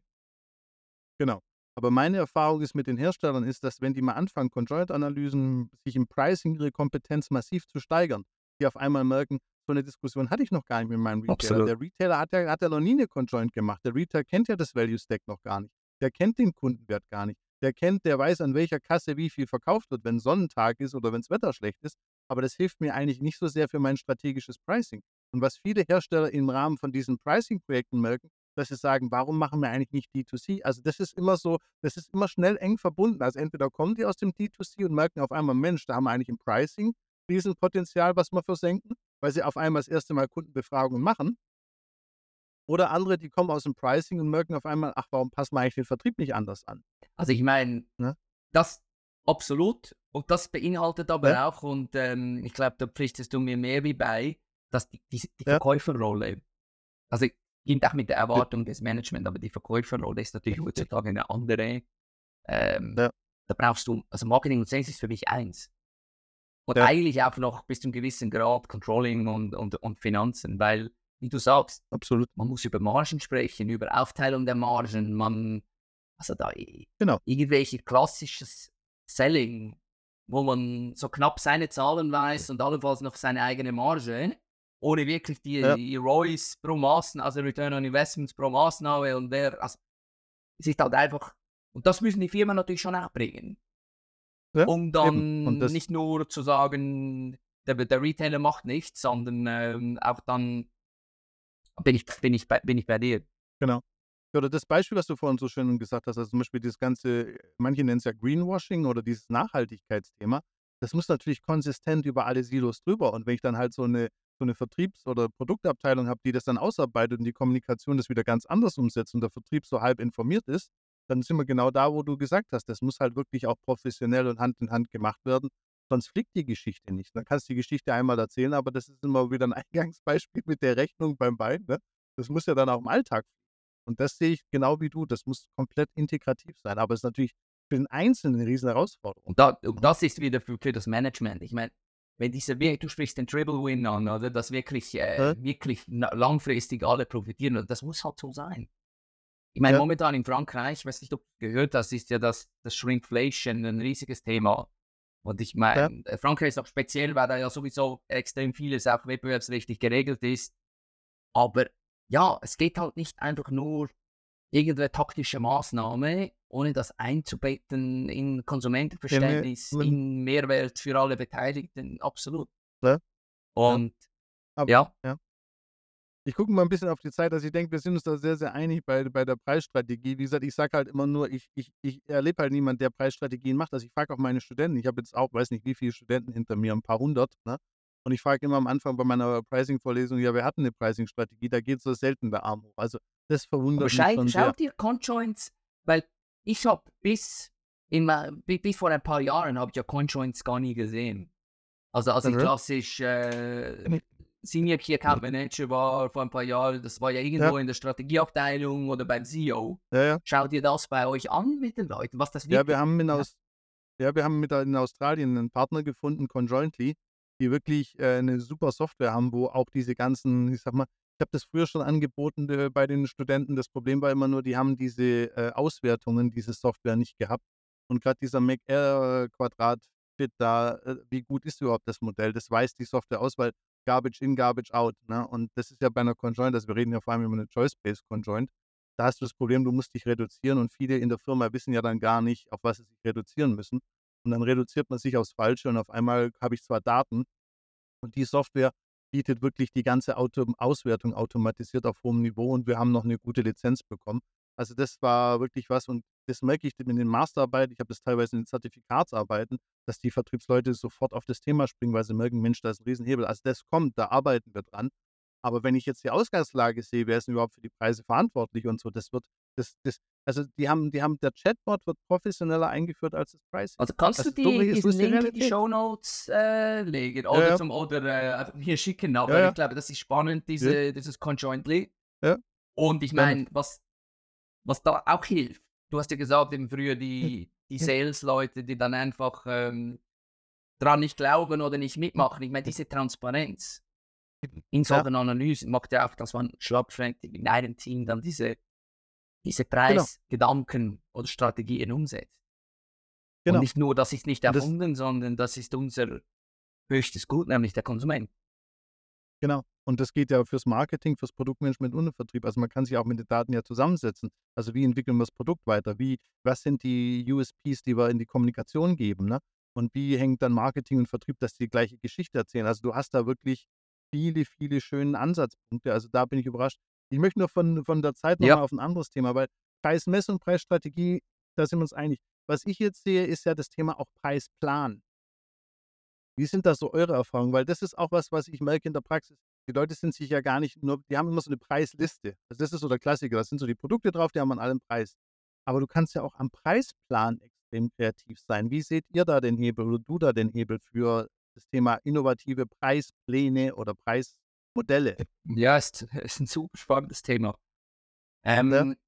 Genau. Aber meine Erfahrung ist mit den Herstellern ist, dass wenn die mal anfangen, Conjoint-Analysen, sich im Pricing ihre Kompetenz massiv zu steigern, die auf einmal merken, so eine Diskussion hatte ich noch gar nicht mit meinem Retailer. Absolut. Der Retailer hat ja, hat ja noch nie eine Conjoint gemacht. Der Retailer kennt ja das Value Stack noch gar nicht. Der kennt den Kundenwert gar nicht. Der kennt, der weiß, an welcher Kasse wie viel verkauft wird, wenn Sonnentag ist oder wenn das Wetter schlecht ist. Aber das hilft mir eigentlich nicht so sehr für mein strategisches Pricing. Und was viele Hersteller im Rahmen von diesen Pricing-Projekten merken, dass sie sagen, warum machen wir eigentlich nicht D zwei C? Also das ist immer so, das ist immer schnell eng verbunden. Also entweder kommen die aus dem D zwei C und merken auf einmal, Mensch, da haben wir eigentlich im Pricing Riesenpotenzial, was wir versenken, weil sie auf einmal das erste Mal Kundenbefragungen machen. Oder andere, die kommen aus dem Pricing und merken auf einmal, ach, warum passen wir eigentlich den Vertrieb nicht anders an? Also ich meine, Ne? das absolut. Und das beinhaltet aber Ja. auch, und ähm, ich glaube, da pflichtest du mir mehr wie bei, dass die, die, die Ja. Verkäuferrolle, also geht auch mit der Erwartung des Management, aber die Verkäuferrolle ist natürlich heutzutage eine andere. Ähm, Ja. Da brauchst du, also Marketing und Sales ist für mich eins. Und Ja. eigentlich auch noch bis zu einem gewissen Grad Controlling und, und, und Finanzen, weil, wie du sagst, Absolut. man muss über Margen sprechen, über Aufteilung der Margen, man, also da i- Genau. irgendwelche klassisches Selling, wo man so knapp seine Zahlen weiß und allenfalls noch seine eigene Marge, ohne wirklich die, Ja. die R O I S pro Maßnahme, also Return on Investments pro Maßnahme, und der, also, es ist halt einfach, und das müssen die Firmen natürlich schon auch bringen. Ja, Um dann eben. Und das- nicht nur zu sagen, der, der Retailer macht nichts, sondern ähm, auch dann bin ich, bin, ich bei, bin ich bei dir. Genau. Oder das Beispiel, was du vorhin so schön gesagt hast, also zum Beispiel dieses ganze, manche nennen es ja Greenwashing oder dieses Nachhaltigkeitsthema, das muss natürlich konsistent über alle Silos drüber. Und wenn ich dann halt so eine, so eine Vertriebs- oder Produktabteilung habe, die das dann ausarbeitet und die Kommunikation das wieder ganz anders umsetzt und der Vertrieb so halb informiert ist, dann sind wir genau da, wo du gesagt hast. Das muss halt wirklich auch professionell und Hand in Hand gemacht werden. Sonst fliegt die Geschichte nicht. Dann kannst du die Geschichte einmal erzählen, aber das ist immer wieder ein Eingangsbeispiel mit der Rechnung beim Bein. Ne? Das muss ja dann auch im Alltag. Und das sehe ich genau wie du. Das muss komplett integrativ sein. Aber es ist natürlich für den Einzelnen eine riesen Herausforderung. Und, da, und das ist wieder für, für das Management. Ich meine, wenn diese, du sprichst den Triple Win an, oder, dass wirklich, äh, Ja. wirklich na- langfristig alle profitieren, und das muss halt so sein. Ich meine, Ja. momentan in Frankreich, weiß nicht, ob du gehört hast, ist ja das, das Shrinkflation ein riesiges Thema. Und ich meine, äh, Frankreich ist auch speziell, weil da ja sowieso extrem vieles auch wettbewerbsrechtlich geregelt ist. Aber ja, es geht halt nicht einfach nur irgendeine taktische Maßnahme, ohne das einzubetten in Konsumentenverständnis, Ja, ne, in Mehrwert für alle Beteiligten, absolut. Ja. Und Aber- ja, Ich gucke mal ein bisschen auf die Zeit, dass ich denke, wir sind uns da sehr, sehr einig bei, bei der Preisstrategie. Wie gesagt, ich sage halt immer nur, ich, ich, ich erlebe halt niemanden, der Preisstrategien macht. Also ich frage auch meine Studenten. Ich habe jetzt auch, weiß nicht, wie viele Studenten hinter mir, ein paar hundert. Ne? Und ich frage immer am Anfang bei meiner Pricing-Vorlesung, ja, wir hatten eine Pricing-Strategie, da geht so selten der Arm hoch. Also das verwundert aber mich schau, schon sehr. schaut ihr Conjoints, weil ich habe bis, in, ma- bi- bis vor ein paar Jahren habe ich ja Conjoints gar nie gesehen. Also als ich Mhm. klassisch äh, Senior Key Account Manager war vor ein paar Jahren, das war ja irgendwo in der Strategieabteilung oder beim C E O. Ja, ja. Schaut ihr das bei euch an mit den Leuten, was das Ja, wirklich wir haben in, ja. Aus ja, wir haben mit in Australien einen Partner gefunden, Conjointly, die wirklich äh, eine super Software haben, wo auch diese ganzen, ich sag mal, Ich habe das früher schon angeboten äh, bei den Studenten. Das Problem war immer nur, die haben diese äh, Auswertungen, diese Software nicht gehabt. Und gerade dieser Mac Air Quadrat Fit da, äh, wie gut ist überhaupt das Modell? Das weist die Software aus, weil Garbage in, Garbage out. Ne? Und das ist ja bei einer Conjoint, also wir reden ja vor allem über eine Choice-Based Conjoint. Da hast du das Problem, du musst dich reduzieren und viele in der Firma wissen ja dann gar nicht, auf was sie sich reduzieren müssen. Und dann reduziert man sich aufs Falsche und auf einmal habe ich zwar Daten und die Software bietet wirklich die ganze Auto Auswertung automatisiert auf hohem Niveau und wir haben noch eine gute Lizenz bekommen. Also, das war wirklich was und das merke ich in den Masterarbeiten, ich habe das teilweise in den Zertifikatsarbeiten, dass die Vertriebsleute sofort auf das Thema springen, weil sie merken: „Mensch, da ist 'n Riesenhebel.“ Also, das kommt, da arbeiten wir dran. Aber wenn ich jetzt die Ausgangslage sehe, wer ist denn überhaupt für die Preise verantwortlich und so, das wird das das also, die haben die haben der Chatbot wird professioneller eingeführt als das Pricing. Also kannst Das du ist so die, ri so diesen ist die Link in die Realität. Shownotes äh, legen Ja, oder ja. zum oder äh, einfach hier schicken, Ja, aber ja. ich glaube, das ist spannend, Ja, diese, dieses Conjointly. ja, Und ich gerne. meine, was, was da auch hilft, du hast ja gesagt, eben früher Hm, die, die hm, Sales-Leute, die dann einfach ähm, dran nicht glauben oder nicht hm, mitmachen. Ich meine, hm. diese Transparenz in Ja, solchen Analysen macht ja auch, dass man schlagfertig in einem Team dann diese, diese genau, Preisgedanken oder Strategien umsetzt. Und genau. nicht nur, das ist nicht Und das erfunden, sondern das ist unser höchstes Gut, nämlich der Konsument. genau. Und das geht ja fürs Marketing, fürs Produktmanagement und den Vertrieb. Also, man kann sich auch mit den Daten ja zusammensetzen. Also, wie entwickeln wir das Produkt weiter? Wie was sind die U S Ps, die wir in die Kommunikation geben, ne? Und wie hängt dann Marketing und Vertrieb, dass die gleiche Geschichte erzählen? Also, du hast da wirklich viele, viele schöne Ansatzpunkte. Also, da bin ich überrascht. Ich möchte nur von von der Zeit noch Ja. mal auf ein anderes Thema, weil Preismessung, Preisstrategie, da sind wir uns einig. Was ich jetzt sehe, ist ja das Thema auch Preisplan. Wie sind da so eure Erfahrungen? Weil das ist auch was, was ich merke in der Praxis. Die Leute sind sich ja gar nicht nur die haben immer so 'ne Preisliste. Also, das ist so der Klassiker. Da sind so die Produkte drauf, die haben an allem Preis. Aber du kannst ja auch am Preisplan extrem kreativ sein. Wie seht ihr da den Hebel oder du da den Hebel für das Thema innovative Preispläne oder Preismodelle? Ja, ist, ist ein super spannendes Thema. Ja? Ähm,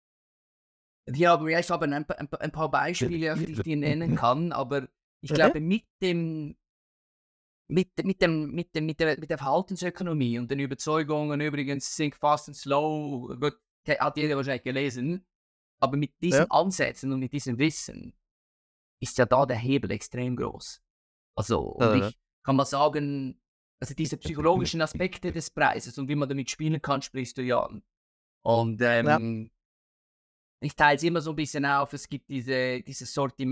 wir haben, ja, ich habe ein, pa- ein, pa- ein paar Beispiele, auf die ich dir nennen kann, aber ich Mhm. glaube, mit dem, mit, mit dem, mit dem, mit der, mit der Verhaltensökonomie und den Überzeugungen, übrigens Think Fast and Slow, gut, ke- hat jeder wahrscheinlich gelesen, aber mit Ja? diesen Ansätzen und mit diesem Wissen ist ja da der Hebel extrem groß. Also, und Äh, ich kann mal sagen, also diese psychologischen Aspekte des Preises und wie man damit spielen kann, sprichst du ja an. Und ja. ähm, ich teile es immer so ein bisschen auf, es gibt diese, diese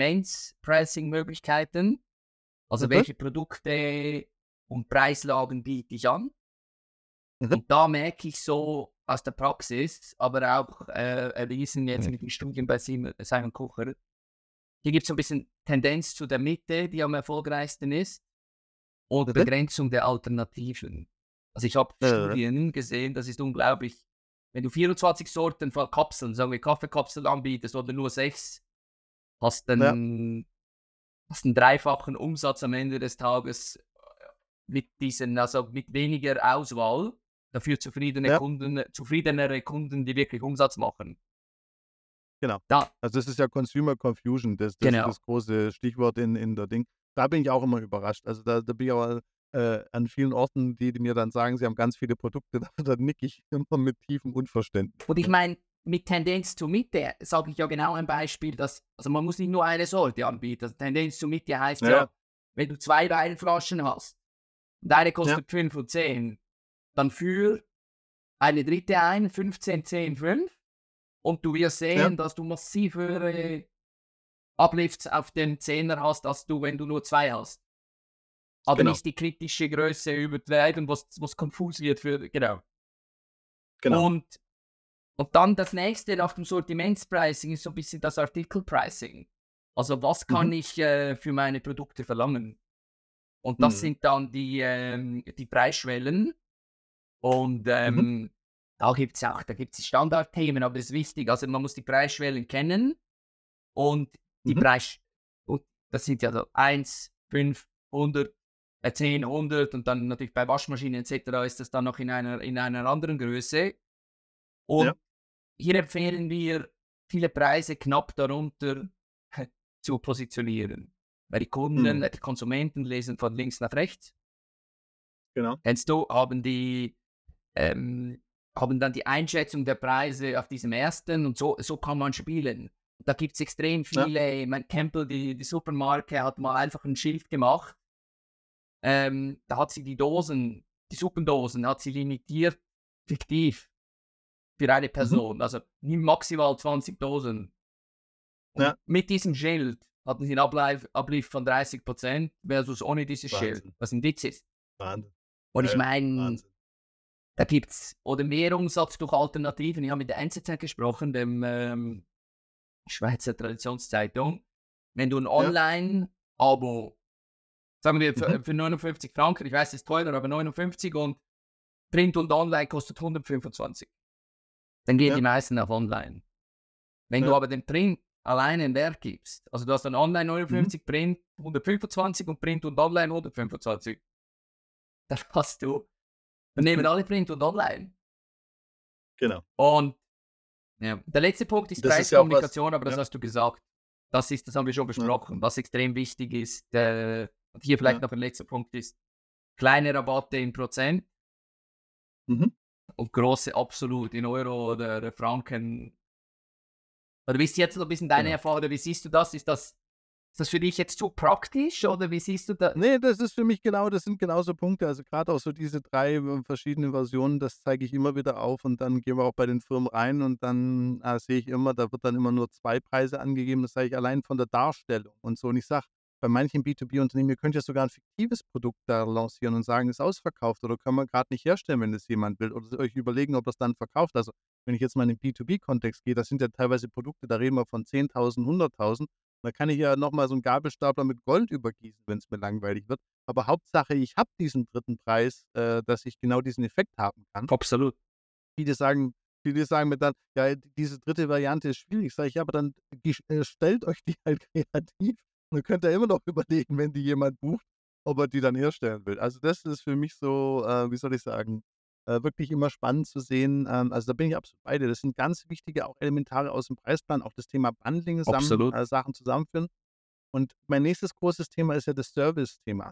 Sortiments-Pricing-Möglichkeiten, also Mhm. welche Produkte und Preislagen biete ich an. Mhm. Und da merke ich so aus der Praxis, aber auch äh, erwiesen jetzt mit den Studien bei Simon, Simon Kucher, hier gibt es so ein bisschen Tendenz zu der Mitte, die am erfolgreichsten ist, und Mhm. Begrenzung der Alternativen. Also ich habe Äh, Studien gesehen, das ist unglaublich. Wenn du vierundzwanzig Sorten von Kapseln, sagen wir Kaffeekapseln anbietest oder nur sechs, hast ja, dann hast einen dreifachen Umsatz am Ende des Tages mit diesen, also mit weniger Auswahl, dafür zufriedene ja, Kunden, zufriedenere Kunden, die wirklich Umsatz machen. genau. Da, Also, das ist ja Consumer Confusion, das das ist genau. das große Stichwort in in der Ding. Da bin ich auch immer überrascht. Also, da da bin ich aber, äh, an vielen Orten, die die mir dann sagen, sie haben ganz viele Produkte, da da nicke ich immer mit tiefem Unverständnis, Und ich ne? meine, mit Tendenz zur Mitte sage ich ja genau ein Beispiel, dass, also man muss nicht nur eine Sorte anbieten. Also Tendenz zur Mitte heißt Ja, ja, ja, wenn du zwei Weinflaschen hast und eine ja, kostet fünf und zehn, dann führ eine dritte ein, fünfzehn, zehn, fünf, und du wirst ja, sehen, dass du massivere Uplifts auf den Zehner hast, als du, wenn du nur zwei hast. Aber genau, nicht die kritische Größe übertreiben, was, was konfus wird für, genau. genau. Und Und dann das nächste nach dem Sortimentspricing ist so ein bisschen das Artikelpricing. Also was Mhm, kann ich äh, für meine Produkte verlangen? Und das mhm, sind dann die, ähm, die Preisschwellen. Und mhm, ähm, da gibt es auch, da gibt es Standardthemen, aber das ist wichtig. Also man muss die Preisschwellen kennen und die mhm, Preis, und das sind ja so eins, fünf, hundert, äh, zehn, hundert, und dann natürlich bei Waschmaschinen et cetera ist das dann noch in einer, in einer anderen Größe. ja, Und hier empfehlen wir, viele Preise knapp darunter zu positionieren. Weil die Kunden, mhm, die Konsumenten lesen von links nach rechts. genau. Kennst du, haben die ähm, haben dann die Einschätzung der Preise auf diesem ersten und so, so kann man spielen. Da gibt es extrem Ja. viele, ich mein Campbell, die, die Supermarke, hat mal einfach ein Schild gemacht. Ähm, da hat sie die Dosen, die Suppendosen, hat sie limitiert, fiktiv, für eine Mhm. Person. Also nimm maximal zwanzig Dosen. Und Ja. mit diesem Schild hatten sie einen Ablief, Ablief von dreißig Prozent versus ohne dieses Schild, Wahnsinn. was ein Witz ist. Wahnsinn. Und Ja, ich ja, meine, Wahnsinn. da gibt es oder mehr Umsatz durch Alternativen. Ich habe mit der N Z Z gesprochen, dem ähm, Schweizer Traditionszeitung. Wenn du ein Ja. Online-Abo, sagen wir Mhm. für, für neunundfünfzig Franken, ich weiß, es ist teurer, aber neunundfünfzig und Print und Online kostet hundertfünfundzwanzig. Dann gehen Ja. die meisten auf Online. Wenn du Ja. aber den Print alleine ein Werk gibst, also du hast dann Online Mhm. neunundfünfzig, Print hundertfünfundzwanzig und Print und Online hundertfünfundzwanzig, dann hast du, dann nehmen alle Print und Online. Genau. Und ja, der letzte Punkt ist Das ist ja auch was. Preiskommunikation, aber das Ja. hast du gesagt. Das ist, das haben wir schon Ja. besprochen. Was extrem wichtig ist, äh, und hier vielleicht Ja. noch ein letzter Punkt ist, kleine Rabatte in Prozent Mhm. und große absolut in Euro oder Franken. Oder wie ist jetzt so ein bisschen deine Genau. Erfahrung, oder wie siehst du das? Ist das, ist das für dich jetzt zu praktisch oder wie siehst du das? Nee, das ist für mich genau das sind genauso Punkte. Also gerade auch so diese drei äh, verschiedenen Versionen, das zeige ich immer wieder auf und dann gehen wir auch bei den Firmen rein und dann äh, sehe ich immer, da wird dann immer nur zwei Preise angegeben. Das sage ich allein von der Darstellung und so. Und ich sage, bei manchen B zwei B-Unternehmen, ihr könnt ja sogar ein fiktives Produkt da lancieren und sagen, ist ausverkauft oder können wir gerade nicht herstellen, wenn es jemand will. Oder euch überlegen, ob das dann verkauft. Also wenn ich jetzt mal in den B zwei B-Kontext gehe, das sind ja teilweise Produkte, da reden wir von zehntausend, hunderttausend. Da kann ich ja noch mal so 'n Gabelstapler mit Gold übergießen, wenn es mir langweilig wird. Aber Hauptsache, ich habe diesen dritten Preis, äh, dass ich genau diesen Effekt haben kann. Absolut. Viele sagen viele sagen mir dann: „Ja, diese dritte Variante ist schwierig.“ Sage ich: „Ja, aber dann gesch äh, stellt euch die halt kreativ und dann könnt ihr immer noch überlegen, wenn die jemand bucht, ob er die dann herstellen will.“ Also, das ist für mich so, äh, wie soll ich sagen, äh, wirklich immer spannend zu sehen. Ähm, also, da bin ich absolut bei dir. Das sind ganz wichtige, auch elementare aus dem Preisplan, auch das Thema Bundling, Sam Absolut. äh, Sachen zusammenführen. Und mein nächstes großes Thema ist ja das Service-Thema.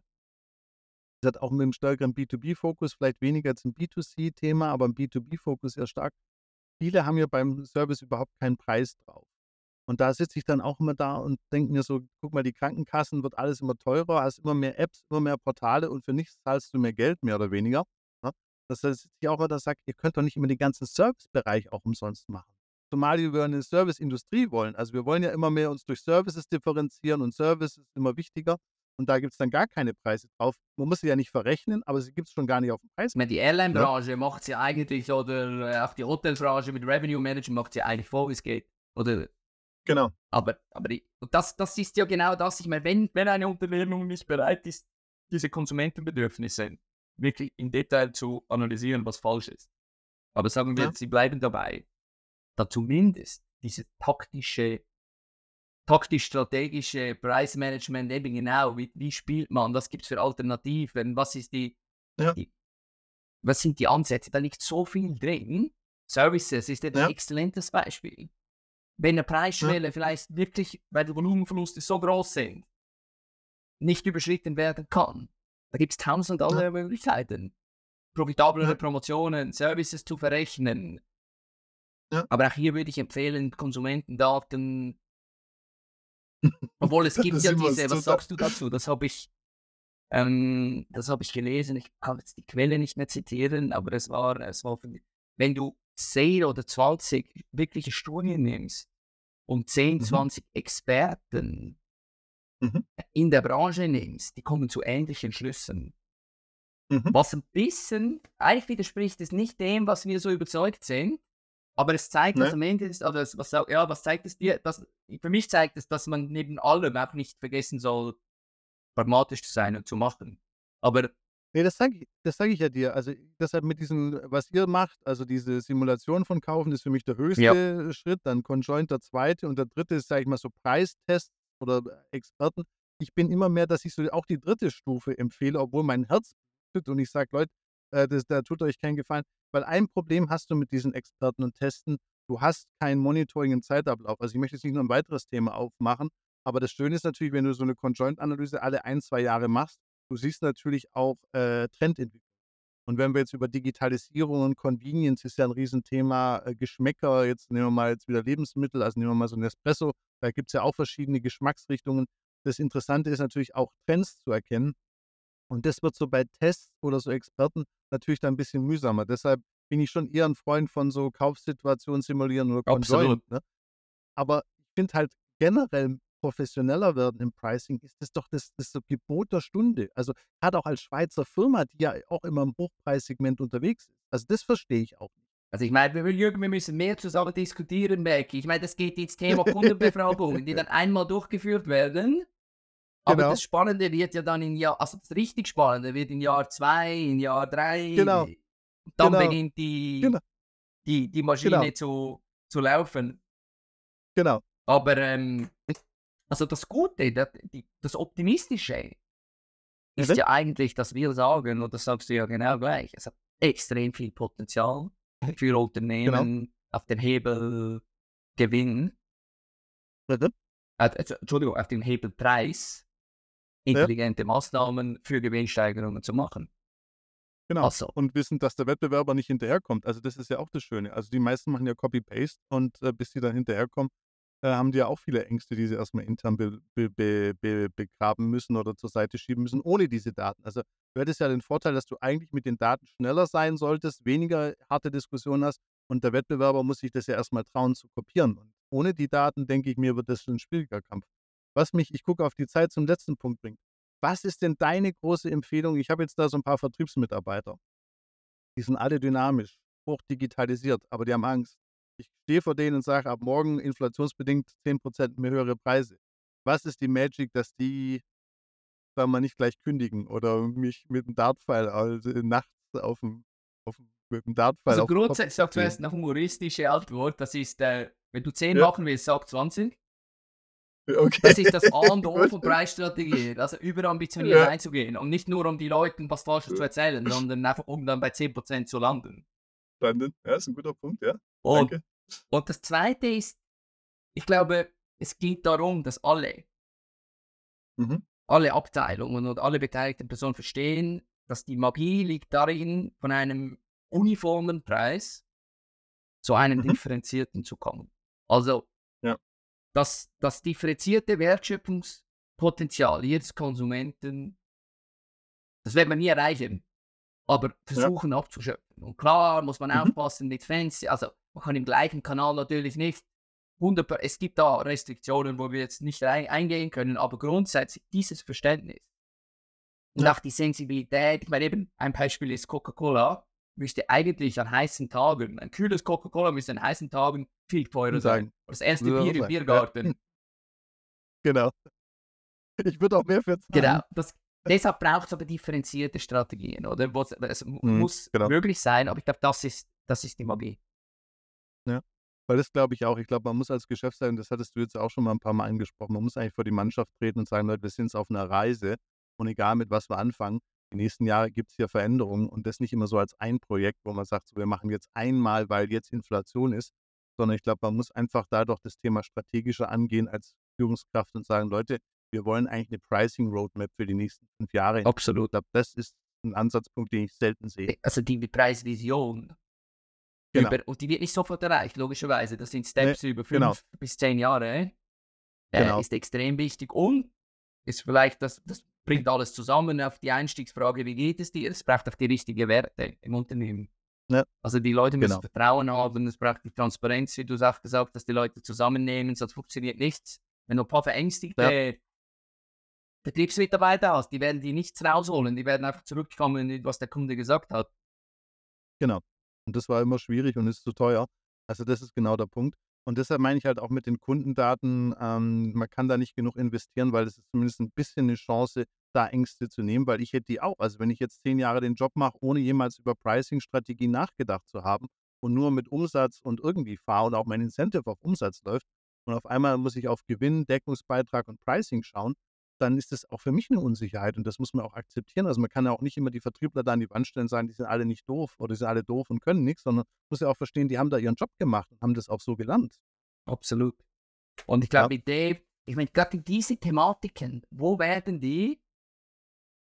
Das hat auch mit 'nem stärkeren B zwei B-Fokus, vielleicht weniger zum B zwei C-Thema, aber im B zwei B-Fokus sehr stark. Viele haben ja beim Service überhaupt keinen Preis drauf. Und da sitze ich dann auch immer da und denke mir so: „Guck mal, die Krankenkassen wird alles immer teurer, hast immer mehr Apps, immer mehr Portale und für nichts zahlst du mehr Geld, mehr oder weniger“, ne? Das heißt, ich auch immer da sage: „Ihr könnt doch nicht immer den ganzen Servicebereich auch umsonst machen.“ Zumal wir eine Serviceindustrie wollen. Also, wir wollen ja immer mehr uns durch Services differenzieren und Service ist immer wichtiger und da gibt's dann gar keine Preise drauf. Man muss sie ja nicht verrechnen, aber sie gibt's schon gar nicht auf dem Ich meine, die Preispapier, ne? Airline-Branche macht ja eigentlich, oder äh, auch die Hotelbranche mit Revenue Management macht ja eigentlich vor, wie es geht. Oder, Genau. aber, aber die, und das, das ist ja genau das. Ich meine, wenn, wenn eine Unternehmung nicht bereit ist, diese Konsumentenbedürfnisse wirklich im Detail zu analysieren, was falsch ist. Aber sagen wir, Ja. sie bleiben dabei, da zumindest diese taktische, taktisch-strategische Preismanagement, eben genau, wie, wie spielt man, was gibt es für Alternativen, was ist die, Ja. die, was sind die Ansätze, da liegt so viel drin. Services ist eben ein Ja. exzellentes Beispiel. Wenn eine Ja. Preisschwelle vielleicht wirklich, weil die Volumenverluste so groß sind, nicht überschritten werden kann, da gibt es tausend Ja. andere Möglichkeiten. Profitablere Ja. Promotionen, Services zu verrechnen. Ja. Aber auch hier würde ich empfehlen, Konsumentendaten, obwohl es gibt Das ja sind wir uns diese, was total sagst du dazu? Das habe ich, ähm, das habe ich gelesen. Ich kann jetzt die Quelle nicht mehr zitieren, aber es war, es war, von- wenn du zehn oder zwanzig wirkliche Studien nimmst und zehn, Mhm. zwanzig Experten Mhm. in der Branche nimmst, die kommen zu ähnlichen Schlüssen. Mhm. Was ein bisschen, eigentlich widerspricht es nicht dem, was wir so überzeugt sind, aber es zeigt, dass Ne? am Ende ist, oder es, was, sau- ja, was zeigt es dir? Dass, für mich zeigt es, dass man neben allem auch nicht vergessen soll, pragmatisch zu sein und zu machen. Aber Ne, das sage ich das sage ich ja dir. Also, deshalb mit diesen was ihr macht, also diese Simulation von Kaufen ist für mich der ja, höchste Schritt, dann Conjoint der zweite und der dritte ist, sage ich mal, so Preistests oder Experten. Ich bin immer mehr, dass ich so auch die dritte Stufe empfehle, obwohl mein Herz blutet und ich sage: „Leute, äh, das da tut euch keinen Gefallen.“ Weil ein Problem hast du mit diesen Experten und Testen, du hast kein Monitoring im Zeitablauf. Also, ich möchte jetzt nicht nur ein weiteres Thema aufmachen, aber das Schöne ist natürlich, wenn du so eine Conjoint-Analyse alle ein, zwei Jahre machst, du siehst natürlich auch, äh, Trendentwicklung. Und wenn wir jetzt über Digitalisierung und Convenience ist ja ein Riesenthema, äh, Geschmäcker, jetzt nehmen wir mal jetzt wieder Lebensmittel, also nehmen wir mal so 'n Espresso, da gibt's ja auch verschiedene Geschmacksrichtungen. Das Interessante ist natürlich auch Trends zu erkennen und das wird so bei Tests oder so Experten natürlich dann 'n bisschen mühsamer. Deshalb bin ich schon eher 'n Freund von so Kaufsituationen simulieren oder Absolut. Conjoint, ne? Aber ich finde halt generell professioneller werden im Pricing ist das doch das das so Gebot der Stunde. Also, grad auch als Schweizer Firma, die ja auch immer im Hochpreissegment unterwegs ist. Also, das verstehe ich auch nicht. Also ich meine, wir Jürgen, wir müssen mehr zusammen diskutieren, merke ich. Ich meine, das geht ins Thema Kundenbefragungen, die dann einmal durchgeführt werden. Aber Genau, das Spannende wird ja dann in Jahr, also das richtig Spannende wird in Jahr zwei, in Jahr genau, drei, dann genau, beginnt die genau, die die genau, Maschine zu zu laufen. genau. Aber, ähm, also das Gute, das die das Optimistische ist Mhm, ja eigentlich, dass wir sagen, und das sagst du ja genau gleich, es hat extrem viel Potenzial für genau. Unternehmen auf den Hebel Gewinn, Mhm, äh, also Entschuldigung, auf den Hebel Preis ja. intelligente Maßnahmen für Gewinnsteigerungen zu machen. Genau. Also, Und wissen, dass der Wettbewerber nicht hinterherkommt. Also, das ist ja auch das Schöne. Also, die meisten machen ja Copy-Paste und, äh, bis sie dann hinterherkommen, äh, haben die ja auch viele Ängste, die sie erst mal intern be be be be begraben müssen oder zur Seite schieben müssen ohne diese Daten. Also, du hättest ja den Vorteil, dass du eigentlich mit den Daten schneller sein solltest, weniger harte Diskussionen hast und der Wettbewerber muss sich das ja erst mal trauen zu kopieren. Und ohne die Daten, denke ich mir, wird das 'n schwieriger Kampf. Was mich ich gucke auf die Zeit, zum letzten Punkt bringt. Was ist denn deine große Empfehlung? Ich habe jetzt da so 'n paar Vertriebsmitarbeiter. Die sind alle dynamisch, hochdigitalisiert, aber die haben Angst. Ich stehe vor denen und sage: „Ab morgen inflationsbedingt zehn Prozent mehr höhere Preise." Was ist die Magic, dass die, sagen wir mal, nicht gleich kündigen oder mich mit 'm Dartpfeil, also, nachts auf'm auf'm mit 'm Dartpfeil also auf 'n Kopf grundsätzlich sage zuerst gehen? 'ne humoristische Antwort, das ist, äh, wenn du zehn Ja, machen willst, sag zwanzig. okay, Das ist das A und O gut. von Preisstrategie, also überambitioniert Ja, reinzugehen und nicht nur um die Leuten was Falsches zu erzählen, sondern einfach um dann bei zehn Prozent zu landen. spannend. Ja, ist 'n guter Punkt, ja. Und Danke. und das Zweite ist, ich glaube, es geht darum, dass alle Mhm, alle Abteilungen und alle beteiligten Personen verstehen, dass die Magie liegt darin, von einem uniformen Preis zu einem mhm, differenzierten zu kommen. Also, ja, das das differenzierte Wertschöpfungspotenzial jedes Konsumenten, das wird man nie erreichen, aber ja, versuchen abzuschöpfen. Und klar muss man mhm, aufpassen mit Fans, also, man kann im gleichen Kanal natürlich nicht hundert per es gibt da Restriktionen, wo wir jetzt nicht rei eingehen können, aber grundsätzlich dieses Verständnis und ja, auch die Sensibilität. Ich meine eben, ein Beispiel ist Coca-Cola, müsste eigentlich an heißen Tagen, ein kühles Coca-Cola müsste an heißen Tagen viel teurer muss sein. sagen. Das erste Würde auch Bier im sagen. Ja, Biergarten. genau. Ich würde auch mehr für Genau. zahlen. Das, deshalb braucht es aber differenzierte Strategien, oder? Was, es mu- Mhm, muss genau. möglich sein, aber ich glaube, das ist, das ist die Magie. Ja, weil das glaube ich auch. Ich glaube, man muss als Geschäftsleitung, das hattest du jetzt auch schon mal 'n paar Mal angesprochen, man muss eigentlich vor die Mannschaft treten und sagen: „Leute, wir sind jetzt auf 'ner Reise und egal mit was wir anfangen, die nächsten Jahre gibt's hier Veränderungen" und das nicht immer so als ein Projekt, wo man sagt: „So, wir machen jetzt einmal, weil jetzt Inflation ist", sondern ich glaube, man muss einfach dadurch das Thema strategischer angehen als Führungskraft und sagen: „Leute, wir wollen eigentlich 'ne Pricing Roadmap für die nächsten fünf Jahre entwickeln." Ich Absolut. glaube, das ist 'n Ansatzpunkt, den ich selten sehe. Also die Preisvision Genau. über, und die wird nicht sofort erreicht, logischerweise. Das sind Ne, Steps über genau, fünf bis zehn Jahre. Äh, genau. ist extrem wichtig und ist vielleicht das das bringt alles zusammen auf die Einstiegsfrage: „Wie geht es dir?“ Es braucht auch die richtigen Werte im Unternehmen. Ja, Also, die Leute müssen genau. Vertrauen haben, es braucht die Transparenz, wie du's auch gesagt hast, die Leute zusammennehmen, sonst funktioniert nichts. Wenn du 'n paar Ja. verängstigte Vertriebsmitarbeiter hast, die werden dir nichts rausholen, die werden einfach zurückkommen mit was der Kunde gesagt hat. Genau. Und das war immer schwierig und ist zu teuer. Also, das ist genau der Punkt. Und deshalb meine ich halt auch mit den Kundendaten, ähm, man kann da nicht genug investieren, weil es ist zumindest 'n bisschen 'ne Chance, da Ängste zu nehmen, weil ich hätte die auch. Also, wenn ich jetzt zehn Jahre den Job mache, ohne jemals über Pricing-Strategien nachgedacht zu haben und nur mit Umsatz und irgendwie fahre und auch mein Incentive auf Umsatz läuft und auf einmal muss ich auf Gewinn, Deckungsbeitrag und Pricing schauen, dann ist das auch für mich 'ne Unsicherheit und das muss man auch akzeptieren. Also, man kann ja auch nicht immer die Vertriebler da an die Wand stellen und sagen, die sind alle nicht doof oder die sind alle doof und können nix, sondern muss ja auch verstehen, die haben da ihren Job gemacht und haben das auch so gelernt. Absolut. Und ich Ja, glaube, mit dem ich meine, grad in diese Thematiken, wo werden die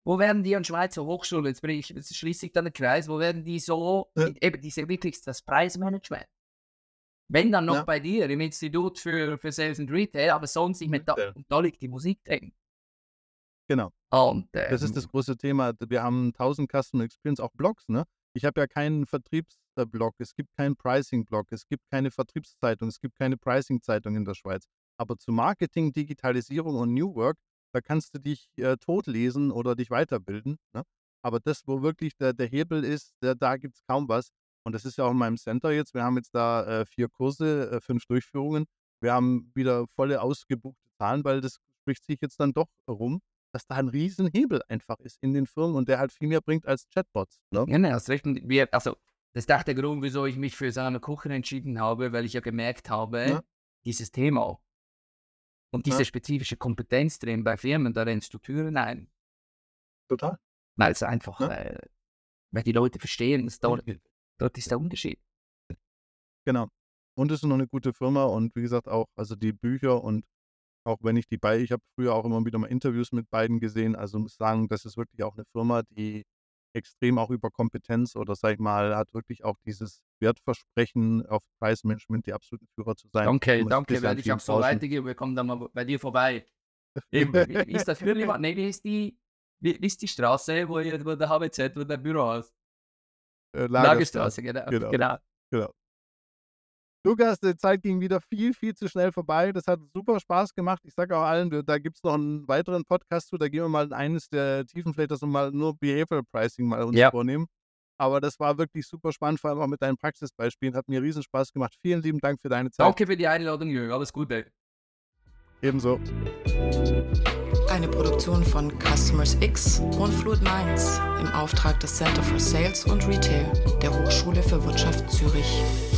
wo werden die an Schweizer Hochschulen, jetzt, bin ich, jetzt schließe ich dann den Kreis, wo werden die so, Ja. eben diese wirklich das Preismanagement. Wenn dann noch Ja. bei dir im Institut für, für Sales and Retail, aber sonst nicht mehr, da, Ja. da liegt die Musik drin. Genau. Und, ähm, Das ist das große Thema. Wir haben tausend Customer Experience, auch Blogs, ne? Ich habe ja keinen Vertriebsblog, es gibt keinen Pricing-Blog, es gibt keine Vertriebszeitung, es gibt keine Pricing-Zeitung in der Schweiz. Aber zu Marketing, Digitalisierung und New Work, da kannst du dich äh, totlesen oder dich weiterbilden, ne? Aber das, wo wirklich der, der Hebel ist, der, da gibt es kaum was. Und das ist ja auch in meinem Center jetzt. Wir haben jetzt da äh, vier Kurse, äh, fünf Durchführungen. Wir haben wieder volle ausgebuchte Zahlen, weil das spricht sich jetzt dann doch rum, dass da ein riesen Hebel einfach ist in den Firmen und der halt viel mehr bringt als Chatbots. Ne? Ja, ne, hast recht. Und wir, also, das ist auch der Grund, wieso ich mich für Sarah Kuchen entschieden habe, weil ich ja gemerkt habe, Ja. dieses Thema und diese Ja. spezifische Kompetenz drin bei Firmen, da rennst du Türen ein. Total. Weil es einfach, Ja. äh, weil die Leute verstehen, dass dort, dort ist der Unterschied. Genau. Und es ist noch eine gute Firma und wie gesagt auch, also die Bücher und auch wenn ich die bei, ich habe früher auch immer wieder mal Interviews mit beiden gesehen, also muss sagen, das ist wirklich auch eine Firma, die extrem auch über Kompetenz oder sag ich mal, hat wirklich auch dieses Wertversprechen auf Preismanagement, die absoluten Führer zu sein. Danke, Und man danke, sieht das ja in werde ich vielen auch so Branchen. weitergeben. Wir kommen dann mal bei dir vorbei. Eben, wie, wie ist das für jemand? Nee, wie ist die, wie, wie ist die Straße, wo, ihr, wo der H B Z, wo der Büro ist? Äh, Lagerstraße, genau. Genau. genau. Genau. Lukas, die Zeit ging wieder viel, viel zu schnell vorbei. Das hat super Spaß gemacht. Ich sage auch allen, da gibt es noch einen weiteren Podcast zu. Da gehen wir mal in eines der Tiefen, vielleicht das mal nur Behavioral Pricing mal uns Ja. vornehmen. Aber das war wirklich super spannend, vor allem auch mit deinen Praxisbeispielen. Hat mir riesen Spaß gemacht. Vielen lieben Dank für deine Zeit. Danke für die Einladung, Jürgen. Alles Gute. Ebenso. Eine Produktion von Customers X und Fluid Minds im Auftrag des Center for Sales und Retail der Hochschule für Wirtschaft Zürich.